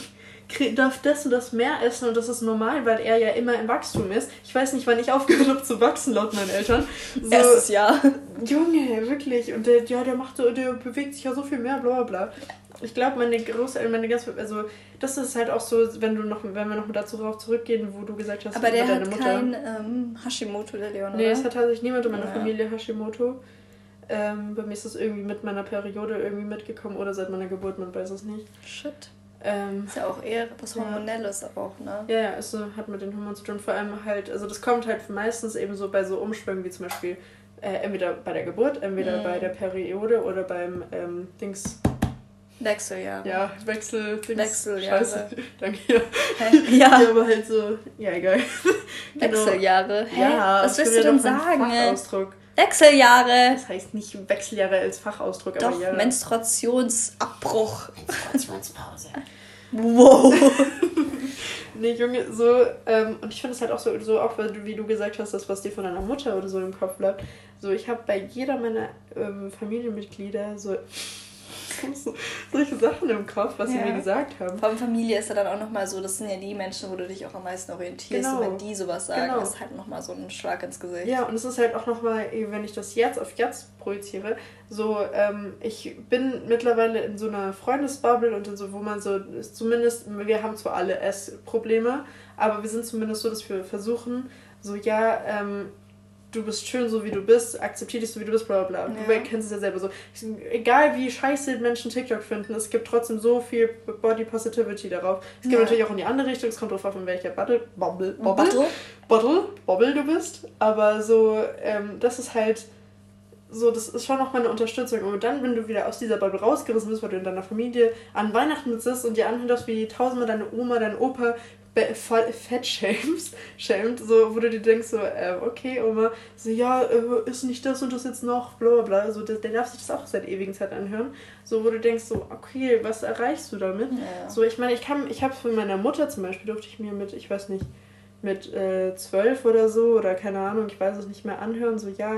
darf das und das mehr essen und das ist normal, weil er ja immer im Wachstum ist. Ich weiß nicht, wann ich aufgehört habe zu wachsen, laut meinen Eltern. So, erstes Jahr. Junge, wirklich. Und der, ja, der macht so, der bewegt sich ja so viel mehr, bla bla bla. Ich glaube, meine Großeltern, meine ganz, also das ist halt auch so, wenn du noch, wenn wir noch dazu drauf zurückgehen, wo du gesagt hast, aber der deine hat Mutter. kein ähm, Hashimoto, der Leon, nee, oder? es hat tatsächlich niemand in meiner ja. Familie Hashimoto. Ähm, bei mir ist das irgendwie mit meiner Periode irgendwie mitgekommen oder seit meiner Geburt, man weiß es nicht. Shit. Ähm, ist ja auch eher was Hormonelles ja. auch, ne? Ja, ja, es so, hat mit den Hormonen zu tun. Vor allem halt, also das kommt halt meistens eben so bei so Umschwüngen wie zum Beispiel äh, entweder bei der Geburt, entweder mhm. bei der Periode oder beim ähm, Dings... Wechseljahre. Ja, Wechsel, Dings. Wechseljahre. Scheiße, danke. Ja. Hä? Ja. ja, aber halt so, ja, egal. Wechseljahre? Hä? Ja, was willst du denn sagen? Fachausdruck. Wechseljahre. Das heißt nicht Wechseljahre als Fachausdruck, doch, aber ja. Menstruationsabbruch. Menstruationspause. Wow. Nee, Junge, so, ähm, und ich finde es halt auch so, so auch wie du gesagt hast, das, was dir von deiner Mutter oder so im Kopf bleibt. So, ich habe bei jeder meiner ähm, Familienmitglieder so, so solche Sachen im Kopf, was ja. sie mir gesagt haben. Vor allem Familie ist ja dann auch nochmal so, das sind ja die Menschen, wo du dich auch am meisten orientierst. Genau. Und wenn die sowas sagen, genau. ist halt nochmal so ein Schlag ins Gesicht. Ja, und es ist halt auch nochmal, wenn ich das jetzt auf jetzt projiziere, so, ähm, ich bin mittlerweile in so einer Freundesbubble und in so, wo man so, ist zumindest, wir haben zwar alle Essprobleme, aber wir sind zumindest so, dass wir versuchen, so, ja, ähm, du bist schön, so wie du bist, akzeptier dich so wie du bist, bla bla bla. Ja. Du kennst es ja selber so. Egal wie scheiße Menschen TikTok finden, es gibt trotzdem so viel Body Positivity darauf. Es gibt ja. natürlich auch in die andere Richtung, es kommt drauf an, in welcher Bubble, Bubble, Bubble, Bubble, Bubble, Bubble du bist. Aber so, ähm, das ist halt so, das ist schon noch mal eine Unterstützung. Und dann, wenn du wieder aus dieser Bubble rausgerissen bist, weil du in deiner Familie an Weihnachten sitzt und dir anhörst, wie tausendmal deine Oma, dein Opa fett schämst, schämt, so, wo du dir denkst, so, äh, okay, Oma, so, ja, äh, ist nicht das und das jetzt noch, bla bla bla, so, der, der darf sich das auch seit ewigen Zeit anhören, so, wo du denkst, so, okay, was erreichst du damit? Ja. So, ich meine, ich kann, ich habe von meiner Mutter zum Beispiel, durfte ich mir mit, ich weiß nicht, mit äh, zwölf oder so, oder keine Ahnung, ich weiß es nicht mehr, anhören, so, ja,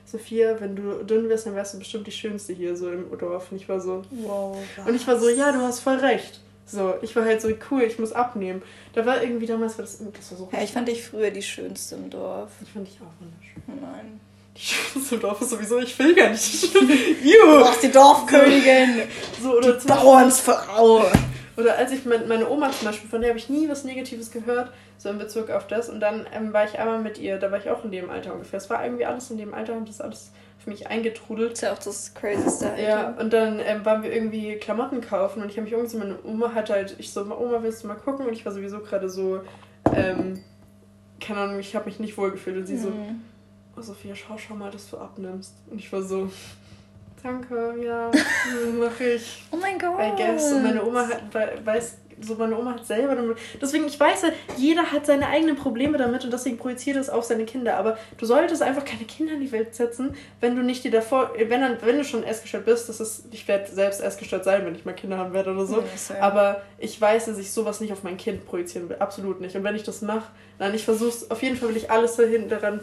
Sophia, wenn du dünn wärst, dann wärst du bestimmt die Schönste hier so im Dorf. Und ich war so, wow. Was? Und ich war so, ja, du hast voll recht. So, ich war halt so, cool, ich muss abnehmen. Da war irgendwie damals, war das, das war so ja, ich fand dich früher die Schönste im Dorf. Ich fand dich auch wunderschön. Nein. Die Schönste im Dorf ist sowieso, ich will gar nicht. Du warst die Dorfkönigin. So, oder die Bauernsfrau. Oder als ich mein, meine Oma zum Beispiel, von der habe ich nie was Negatives gehört, so in Bezug auf das. Und dann ähm, war ich einmal mit ihr, da war ich auch in dem Alter ungefähr. Es war irgendwie alles in dem Alter und das ist alles für mich eingetrudelt. Das ist ja auch das Crazyste. Alter. Ja, und dann ähm, waren wir irgendwie Klamotten kaufen und ich habe mich irgendwie so, meine Oma hat halt, ich so, Oma, willst du mal gucken? Und ich war sowieso gerade so, ähm, keine Ahnung, ich habe mich nicht wohl gefühlt. Und sie mhm. so, oh Sophia, schau, schau mal, dass du abnimmst. Und ich war so, danke, ja, mach ich. Oh mein Gott. I guess. Und meine Oma hat, weiß, so meine Oma hat selber damit. Deswegen, ich weiß ja, jeder hat seine eigenen Probleme damit und deswegen projiziert es auf seine Kinder. Aber du solltest einfach keine Kinder in die Welt setzen, wenn du nicht dir davor, wenn, dann, wenn du schon essgestört bist, das ist, ich werde selbst essgestört sein, wenn ich mal Kinder haben werde oder so. Ja, aber ich weiß, dass ich sowas nicht auf mein Kind projizieren will. Absolut nicht. Und wenn ich das mache, dann ich versuche es, auf jeden Fall will ich alles dahin, daran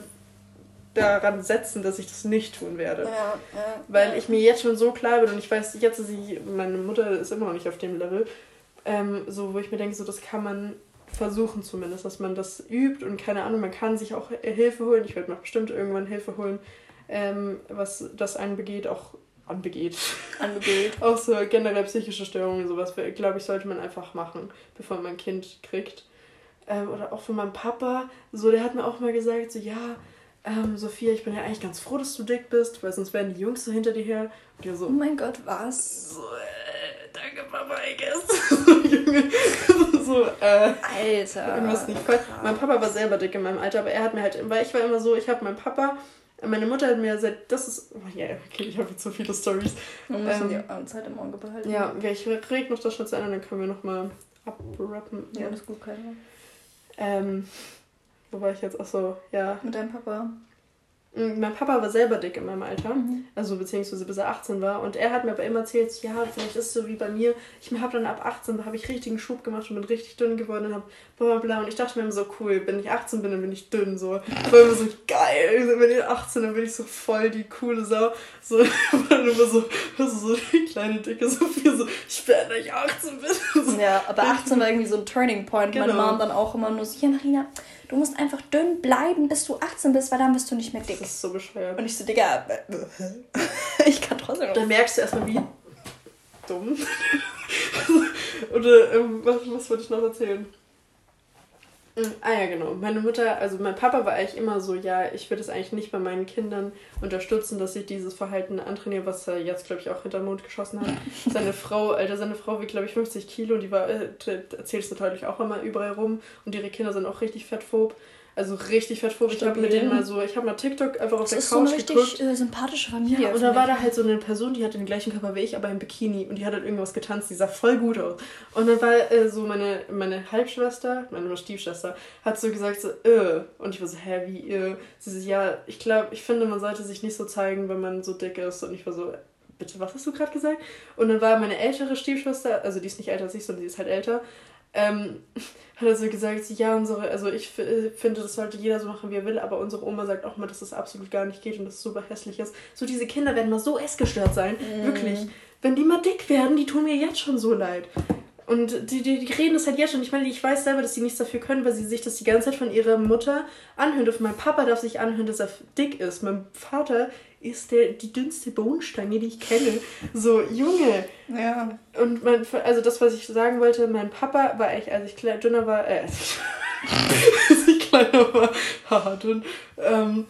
daran setzen, dass ich das nicht tun werde. Ja, ja, Weil ja. ich mir jetzt schon so klar bin und ich weiß, jetzt ist sie, meine Mutter ist immer noch nicht auf dem Level, ähm, so wo ich mir denke, so das kann man versuchen zumindest, dass man das übt und keine Ahnung, man kann sich auch Hilfe holen. Ich werde mir bestimmt irgendwann Hilfe holen, ähm, was das einen begeht, auch anbegeht. Anbegeht. Auch so generell psychische Störungen, sowas, glaube ich, sollte man einfach machen, bevor man ein Kind kriegt. Ähm, oder auch von meinem Papa, so der hat mir auch mal gesagt, so ja, Ähm, Sophia, ich bin ja eigentlich ganz froh, dass du dick bist, weil sonst wären die Jungs so hinter dir her. Und ja so, oh mein Gott, was? So, äh, danke Papa, I guess. Junge, so, äh. Alter. Irgendwas nicht voll. Mein Papa war selber dick in meinem Alter, aber er hat mir halt, weil ich war immer so, ich habe meinen Papa, meine Mutter hat mir seit, das ist, oh ja, yeah, okay, ich habe jetzt so viele Storys. Wir müssen ähm, die Zeit im Auge behalten. Ja, ich reg noch das schon zu Ende, dann können wir nochmal abrappen. Ja, das ist gut, keine Ahnung. Ähm. Wo war ich jetzt? Achso, ja. Mit deinem Papa? Mein Papa war selber dick in meinem Alter, mhm. also beziehungsweise bis er achtzehn war. Und er hat mir aber immer erzählt, ja, vielleicht ist es so wie bei mir. Ich habe dann ab achtzehn, da habe ich richtigen Schub gemacht und bin richtig dünn geworden und hab bla bla bla. Und ich dachte mir immer so, cool, wenn ich achtzehn bin, dann bin ich dünn. So. Ich war immer so, geil, wenn ich achtzehn, dann bin ich so voll die coole Sau. So, und dann immer so, so die kleine Dicke, so viel so, ich werde, wenn ich achtzehn bin. So. Ja, aber achtzehn war irgendwie so ein Turning Point. Genau. Meine Mom dann auch immer nur so, ja Marina, du musst einfach dünn bleiben, bis du achtzehn bist, weil dann bist du nicht mehr dick. Das ist so bescheuert. Und ich so, Digga, ich kann trotzdem noch. Da merkst du erstmal, wie dumm. Oder ähm, was, was wollte ich noch erzählen? Ah ja, genau. Meine Mutter, also mein Papa war eigentlich immer so, ja, ich würde es eigentlich nicht bei meinen Kindern unterstützen, dass ich dieses Verhalten antrainiere, was er jetzt, glaube ich, auch hinterm Mond geschossen hat. Seine Frau, Alter, seine Frau wiegt, glaube ich, fünfzig Kilo und die war, äh, erzählst du natürlich auch immer überall rum und ihre Kinder sind auch richtig fettphob. Also richtig fettphob. Ich habe mit denen mal so, ich habe mal TikTok einfach auf das der Couch geguckt. Das ist so eine richtig äh, sympathische Familie. Ja, und da war da halt so eine Person, die hatte den gleichen Körper wie ich, aber im Bikini. Und die hat halt irgendwas getanzt, die sah voll gut aus. Und dann war äh, so meine, meine Halbschwester, meine Stiefschwester, hat so gesagt so, äh. Und ich war so, hä, wie, äh? Sie so, ja, ich glaube, ich finde, man sollte sich nicht so zeigen, wenn man so dick ist. Und ich war so, bitte, was hast du gerade gesagt? Und dann war meine ältere Stiefschwester, also die ist nicht älter als ich, sondern die ist halt älter, ähm, hat er so gesagt, ja, unsere, also ich f- finde, das sollte jeder so machen, wie er will, aber unsere Oma sagt auch mal, dass das absolut gar nicht geht und dass es super hässlich ist. So, diese Kinder werden mal so essgestört sein, mm. wirklich. Wenn die mal dick werden, die tun mir jetzt schon so leid. Und die, die, die reden das halt jetzt schon. Ich meine, ich weiß selber, dass sie nichts dafür können, weil sie sich das die ganze Zeit von ihrer Mutter anhören dürfen. Mein Papa darf sich anhören, dass er dick ist. Mein Vater ist der, die dünnste Bohnenstange, die ich kenne. So, Junge. Ja. Und mein, also das, was ich sagen wollte, mein Papa war echt, als ich klein, dünner war, äh, als ich, als ich kleiner war, haha, dünn, ähm,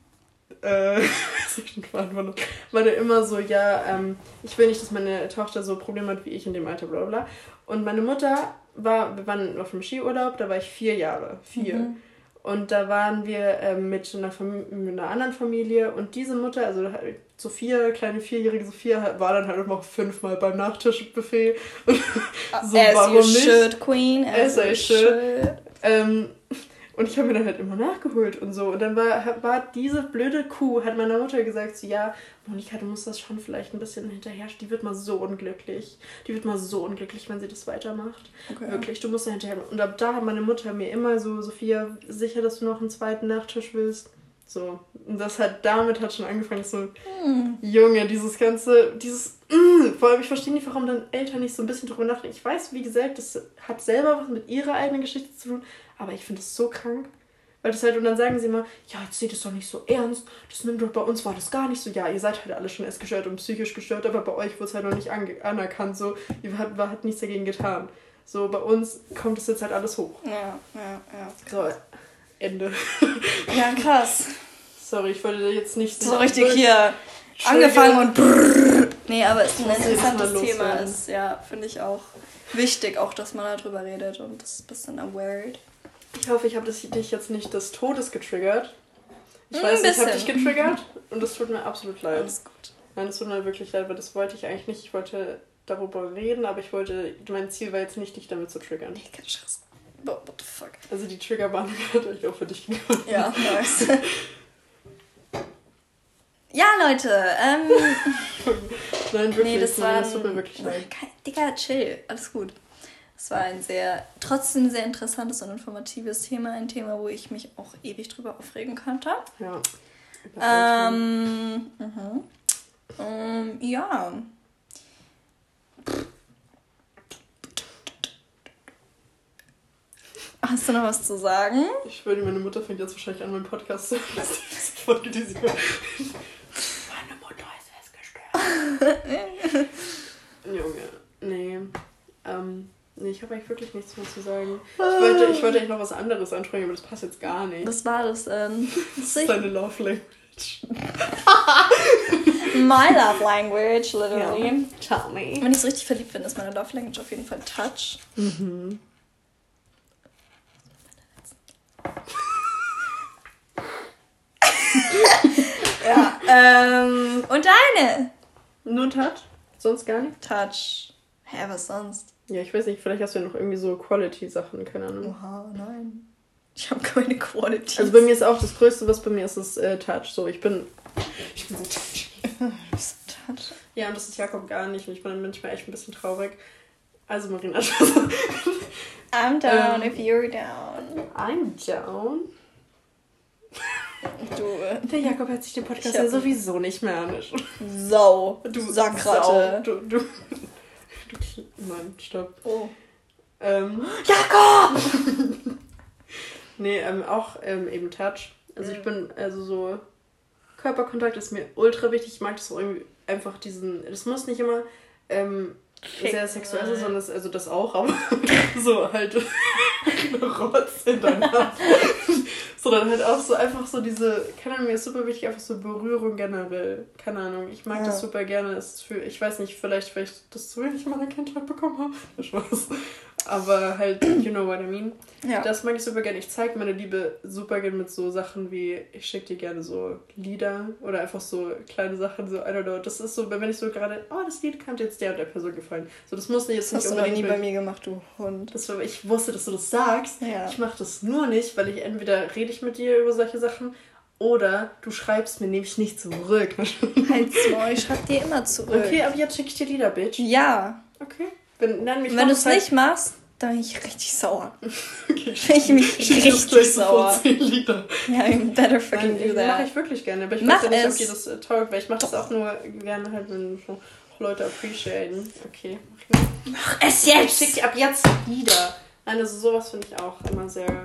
äh, was hab ich denn verantwortet? War der immer so, ja, ähm, ich will nicht, dass meine Tochter so Probleme hat wie ich in dem Alter, bla bla. Und meine Mutter war, wir waren auf einem Skiurlaub, da war ich vier Jahre, vier. Mhm. Und da waren wir ähm, mit, einer Fam- mit einer anderen Familie und diese Mutter, also Sophia, kleine vierjährige Sophia, war dann halt auch noch fünfmal beim Nachtischbuffet. Und so, as warum you nicht? should, Queen, as, as I should. should. Ähm, und ich habe mir dann halt immer nachgeholt und so. Und dann war, war diese blöde Kuh, hat meiner Mutter gesagt, so, ja, Monika, du musst das schon vielleicht ein bisschen hinterher, die wird mal so unglücklich. Die wird mal so unglücklich, wenn sie das weitermacht. Okay. Wirklich, du musst da hinterher. Und ab da hat meine Mutter mir immer so, Sophia, sicher, dass du noch einen zweiten Nachtisch willst? So, und das hat, damit hat schon angefangen, so, mm. Junge, dieses ganze, dieses, mm, vor allem, ich verstehe nicht, warum dann Eltern nicht so ein bisschen drüber nachdenken. Ich weiß, wie gesagt, das hat selber was mit ihrer eigenen Geschichte zu tun, aber ich finde das so krank. Weil das halt, und dann sagen sie immer, ja, jetzt seht es doch nicht so ernst, das nimmt doch, bei uns war das gar nicht so, ja, ihr seid halt alle schon essgestört und psychisch gestört, aber bei euch wurde es halt noch nicht ange- anerkannt, so, ihr habt, hat nichts dagegen getan. So, bei uns kommt es jetzt halt alles hoch. Ja, ja, ja. So, Ende. Ja, krass. Sorry, ich wollte jetzt nicht so richtig hier angefangen und brrrr. Nee, aber es ist ein interessantes Thema. Ist, ja, finde ich auch wichtig, auch, dass man darüber redet und das ein bisschen aware. Ich hoffe, ich habe dich jetzt nicht des Todes getriggert. Ich weiß, ich habe dich getriggert und das tut mir absolut leid. Alles gut. Nein, es tut mir wirklich leid, weil das wollte ich eigentlich nicht. Ich wollte darüber reden, aber ich wollte, mein Ziel war jetzt nicht, dich damit zu triggern. Nee, kein Scheiß. What the fuck? Also die Triggerwarnung hat euch auch für dich gemacht. Ja, nice. Ja, Leute, ähm... Nein, wirklich, nee, das nein, war das tut mir wirklich leid. Kein, Digga, chill, alles gut. Es war ein sehr, trotzdem sehr interessantes und informatives Thema, ein Thema, wo ich mich auch ewig drüber aufregen könnte. Ja. Ähm, mhm. ähm, ja. Hast du noch was zu sagen? Ich würde, meine Mutter fängt jetzt wahrscheinlich an, meinen Podcast zu hören. Folge, die sie hört. Meine Mutter ist festgestört. Junge, nee. Ähm, nee, ich habe eigentlich wirklich nichts mehr zu sagen. Ich wollte, ich wollte eigentlich noch was anderes ansprechen, aber das passt jetzt gar nicht. Was war das denn? Das ist deine Love Language. My Love Language, literally. Ja. Tell me. Wenn ich so richtig verliebt bin, ist meine Love Language auf jeden Fall Touch. Mhm. Ja, ähm, und deine? Nur Touch? Sonst gar nicht? Touch. Hä, was sonst? Ja, ich weiß nicht, vielleicht hast du ja noch irgendwie so Quality-Sachen, keine Ahnung. Oha, nein. Ich habe keine Quality. Also bei mir ist auch das Größte, was bei mir ist, ist äh, Touch. So, ich bin... Ich bin so touchy. Du bist Touch. Ja, und das ist Jakob gar nicht. Und ich bin dann manchmal echt ein bisschen traurig. Also Marina... I'm down ähm, if you're down. I'm down. Du, der Jakob hört sich den Podcast ja sowieso nicht mehr an. Sau. Du Sackratte. Du, du, du, nein, stopp. Oh. Ähm, Jakob! nee, ähm, auch ähm, eben Touch. Also ich bin, also so, Körperkontakt ist mir ultra wichtig. Ich mag das auch irgendwie einfach diesen, das muss nicht immer ähm, sehr sexuell sein, sondern das, also das auch, aber so halt Rotz in deiner Hand. Sondern halt auch so einfach so diese, keine Ahnung, mir ist super wichtig, einfach so Berührung generell. Keine Ahnung, ich mag ja. das super gerne. Es ist für, ich weiß nicht, vielleicht, weil ich das zu wenig in meiner Kindheit bekommen habe. Spaß. Aber halt, you know what I mean. Ja. Das mag ich super gerne. Ich zeige meine Liebe super gerne mit so Sachen wie, ich schicke dir gerne so Lieder oder einfach so kleine Sachen, so, I don't know. Das ist so, wenn ich so gerade, oh, das Lied könnte jetzt der und der Person gefallen. So, das muss jetzt das nicht unbedingt. Das hast du noch nie bei mir gemacht, du Hund. Das war, ich wusste, dass du das sagst. Ja. Ich mache das nur nicht, weil ich entweder rede ich mit dir über solche Sachen oder du schreibst mir nämlich nicht zurück. Halt's Maul, ich schreib dir immer zurück. Okay, aber jetzt schicke ich dir Lieder, Bitch. Ja. Okay. Wenn, dann mich Wenn du es nicht machst, dann bin ich richtig sauer. Okay, bin ich mich ich richtig sauer. zehn Lieder. Ja, you better fucking Nein, do that. Mache ich wirklich gerne, aber ich Mach weiß ja nicht, es. ob ihr das äh, taugt, weil ich mache das auch nur gerne halt, wenn schon Leute appreciaten. Okay. Mach es jetzt! Ich schicke dir ab jetzt Lieder. Nein, also sowas finde ich auch immer sehr...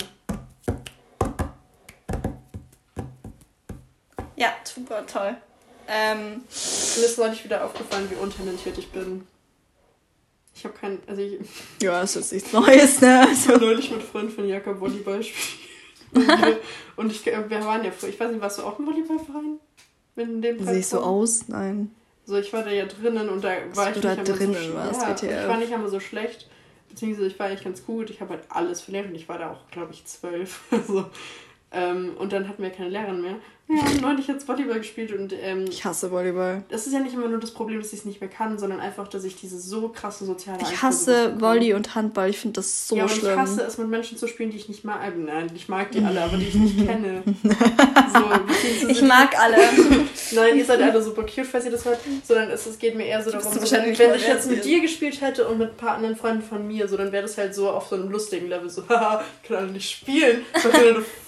Ja, super toll. Ähm, Mir ist neulich wieder aufgefallen, wie untalentiert ich bin. Ich habe kein... Also ich... Ja, das ist nichts Neues, ne? Ich war neulich mit Freunden von Jakob Volleyball spielen. Und ich, wir waren ja früher... Ich weiß nicht, warst du auch im Volleyballverein? In dem Sehe ich so aus? Nein. So, ich war da ja drinnen und da war Dass ich du nicht da einmal drinnen so warst, ja, W T F. ich war nicht einmal so schlecht. Beziehungsweise ich war eigentlich ganz gut. Ich habe halt alles verlernt und ich war da auch, glaube ich, zwölf. Also, ähm, und dann hatten wir keine Lehrerin mehr. Ja, und neulich jetzt Volleyball gespielt und ähm, ich hasse Volleyball. Das ist ja nicht immer nur das Problem, dass ich es nicht mehr kann, sondern einfach, dass ich diese so krasse soziale Ich hasse Volley und Handball. Ich finde das so ja, schlimm. Ja, und ich hasse es, mit Menschen zu spielen, die ich nicht mag. Nein, ich mag die alle, aber die ich nicht kenne. So, ich mag alle. Nein, ihr seid alle super cute, falls ihr das hört. Sondern es, es geht mir eher so darum, so, wenn ich jetzt mit dir gespielt hätte und mit ein paar anderen Freunden von mir, so, dann wäre das halt so auf so einem lustigen Level. So, haha, ich kann alle nicht spielen.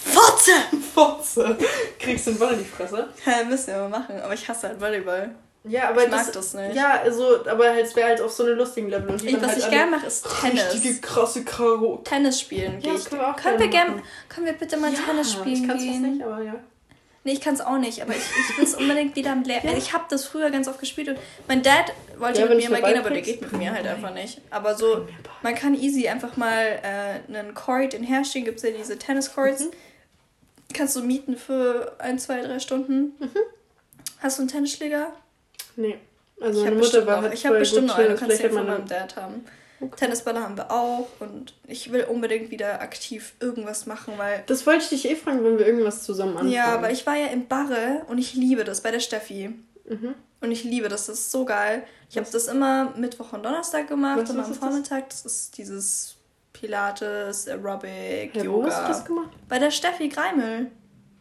Fotze! Fotze. Kriegst du den Ball in die Fresse? Ja, müssen wir mal machen, aber ich hasse halt Volleyball. Ja, aber ich mag das, das nicht. Ja, also, aber halt, es wäre halt auf so einem lustigen Level. Und die ich, was halt ich gerne mache, ist Tennis. Richtige krasse Karo. Tennis spielen. Ja, das können wir auch können wir gerne gern, Können wir bitte mal ja, Tennis spielen ich kann's gehen? fast nicht, aber ja. Nee, ich kann es auch nicht, aber ich, ich will es unbedingt wieder lernen. Ja. Ich habe das früher ganz oft gespielt und mein Dad wollte ja, mit mir mal gehen, aber der geht mit mir halt einfach nicht. Aber so, man kann easy einfach mal äh, einen Court in herstellen, gibt es ja diese Tennis-Courts. Mhm. Kannst du mieten für ein, zwei, drei Stunden. Mhm. Hast du einen Tennisschläger? Nee. Also ich meine Mutter war halt Ich habe bestimmt noch einen, du kannst den von meine... meinem Dad haben. Okay. Tennisbälle haben wir auch und ich will unbedingt wieder aktiv irgendwas machen, weil... Das wollte ich dich eh fragen, wenn wir irgendwas zusammen anfangen. Ja, weil ich war ja im Barre und ich liebe das bei der Steffi. Mhm. Und ich liebe das, das ist so geil. Ich habe das immer Mittwoch und Donnerstag gemacht, was, immer was am Vormittag. Das? das ist dieses Pilates, Aerobic, ja, Yoga. Wo hast du das gemacht? Bei der Steffi Greimel.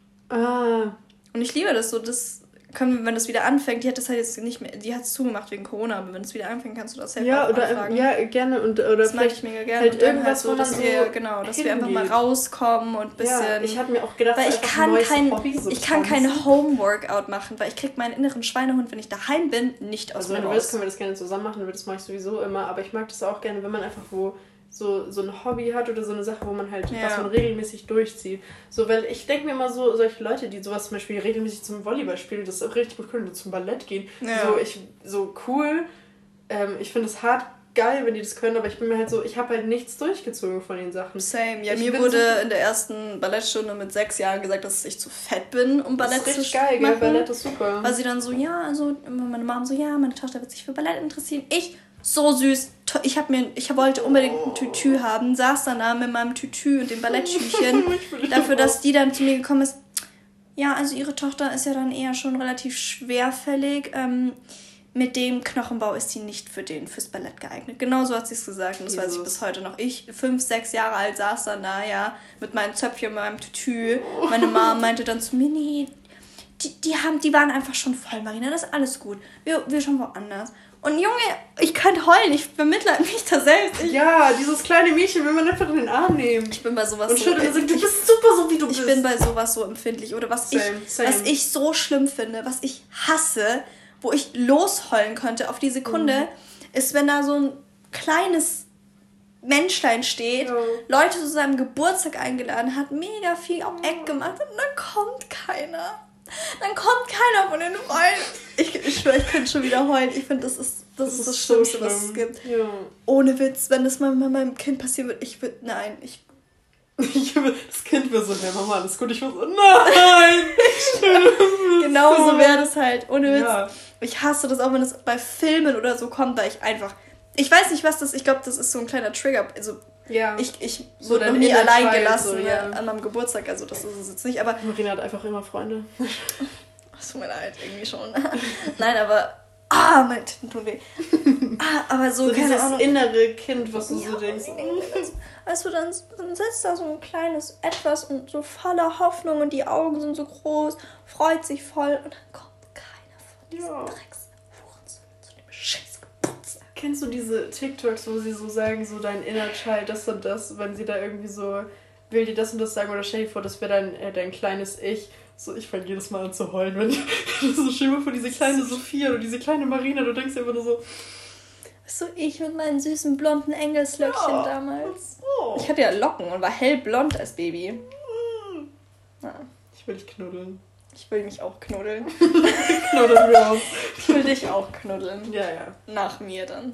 Ah. Und ich liebe das so, das... Können wir, wenn das wieder anfängt, die hat das halt jetzt nicht mehr, die hat es zugemacht wegen Corona, aber wenn es wieder anfängt, kannst du das helfen. Ja, oder anfragen. Ja, gerne und oder das mag ich mega gerne. Halt irgendwas, halt so, dass wir so genau, dass wir einfach mal rauskommen und ein bisschen. Ja, ich habe mir auch gedacht, weil ich kann kein, so ich kann kein Home-Workout machen, weil ich krieg meinen inneren Schweinehund, wenn ich daheim bin, nicht aus also, mir raus. Also wenn du willst, können wir das gerne zusammen machen, das mache ich sowieso immer, aber ich mag das auch gerne, wenn man einfach wo so, so ein Hobby hat oder so eine Sache, wo man halt, ja. was man regelmäßig durchzieht. So, weil ich denke mir immer so, solche Leute, die sowas zum Beispiel regelmäßig zum Volleyball spielen, das ist auch richtig gut, können zum Ballett gehen. Ja. So, ich, so cool. Ähm, ich finde es hart geil, wenn die das können, aber ich bin mir halt so, ich habe halt nichts durchgezogen von den Sachen. Same. Ja, ich mir wurde so in der ersten Ballettstunde mit sechs Jahren gesagt, dass ich zu fett bin, um Ballett zu machen. Das ist richtig geil, gell? Ballett ist super. Weil sie dann so, ja, also meine Mom so, ja, meine Tochter wird sich für Ballett interessieren. Ich so süß. Ich hab mir, ich wollte unbedingt ein Tütü haben, saß dann da mit meinem Tütü und dem Ballettschüchen dafür, dass die dann zu mir gekommen ist. Ja, also ihre Tochter ist ja dann eher schon relativ schwerfällig. Ähm, mit dem Knochenbau ist sie nicht für den fürs Ballett geeignet. Genauso hat sie es gesagt und das Jesus. Weiß ich bis heute noch. Ich, fünf, sechs Jahre alt, saß dann da, ja, mit meinem Zöpfchen, mit meinem Tütü. Meine Mom meinte dann zu mir, nee, die, die, haben, die waren einfach schon voll, Marina, das ist alles gut. Wir, wir schon woanders. Und Junge, ich könnte heulen, ich bemitleide mich da selbst. Ich ja, dieses kleine Mädchen will man einfach in den Arm nehmen. Ich bin bei sowas und so... Und sagt, du bist super so, wie du ich bist. Ich bin bei sowas so empfindlich. Oder was, same, ich, same. was ich so schlimm finde, was ich hasse, wo ich losheulen könnte auf die Sekunde, mhm. ist, wenn da so ein kleines Menschlein steht, ja. Leute zu seinem Geburtstag eingeladen hat, mega viel auf Eck gemacht und dann kommt keiner. Dann kommt keiner von den Freunden. Ich, ich schwöre, ich könnte schon wieder heulen. Ich finde, das ist das, das, ist das Schlimmste, so was es gibt. Ja. Ohne Witz, wenn das mal mit meinem Kind passieren wird, ich würde, nein, ich... ich das Kind wäre so, hey Mama, alles gut. Ich würde so, nein! Genau so wäre das halt, ohne Witz. Ja. Ich hasse das auch, wenn das bei Filmen oder so kommt, weil ich einfach... Ich weiß nicht, was das... Ich glaube, das ist so ein kleiner Trigger. Also, ja. ich, ich so wurde noch nie allein gelassen so, ja. an meinem Geburtstag. Also, das ist es jetzt nicht, aber... Marina hat einfach immer Freunde. Es tut mir leid, irgendwie schon. Nein, aber... Ah, mein Titten tun weh. Ah, aber so, so keine dieses Ahnung. Innere Kind, was du ja, so denkst. Weißt du, dann, dann sitzt da so ein kleines Etwas und so voller Hoffnung und die Augen sind so groß, freut sich voll und dann kommt keiner von diesen ja. Dreckshuren zu dem scheiß Geburtstag. Kennst du diese TikToks, wo sie so sagen, so dein Inner Child, das und das, wenn sie da irgendwie so, will die das und das sagen oder stell dir vor, das wäre dein, äh, dein kleines Ich. So, ich fange jedes Mal an zu heulen, wenn ich so schlimm vor diese kleine Sophia oder diese kleine Marina, du denkst einfach nur so... So ich mit meinen süßen blonden Engelslöckchen ja. damals. Oh. Ich hatte ja Locken und war hellblond als Baby. Ja. Ich will dich knuddeln. Ich will mich auch knuddeln. Knuddeln wir uns. Ich will dich auch knuddeln. Ja, ja. Nach mir dann.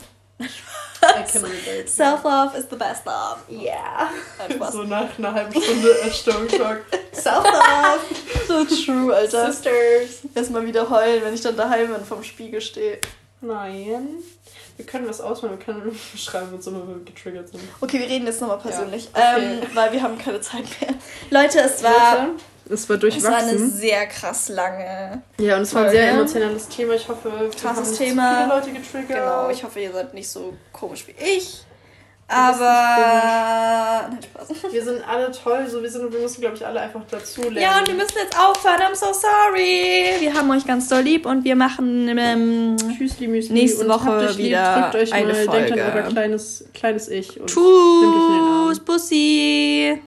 Self-love is the best love. Yeah. So nach einer halben Stunde Erstörungsschock. Self-love. So true, Alter. Sisters. Erstmal wieder heulen, wenn ich dann daheim bin, vom Spiegel stehe. Nein. Wir können was ausmachen, wir können schreiben, wenn wir getriggert sind. Okay, wir reden jetzt nochmal persönlich, ja, okay. ähm, weil wir haben keine Zeit mehr. Leute, es war... Leute, es war durchwachsen. Es war eine sehr krass lange Ja, und es war ein sehr emotionales Thema. Ich hoffe, wir Krasses haben Thema. viele Leute getriggert. Genau, ich hoffe, ihr seid nicht so komisch wie ich. Aber... Nein, Spaß. Wir sind alle toll, so wir, sind, wir müssen, glaube ich, alle einfach dazu lernen. Ja, und wir müssen jetzt aufhören, I'm so sorry. Wir haben euch ganz doll lieb und wir machen ähm, Tschüssli, Müsli. nächste Woche lieb, wieder drückt euch eine mal, Folge. Denkt an euer kleines, kleines Ich. Und Tschüss, Bussi.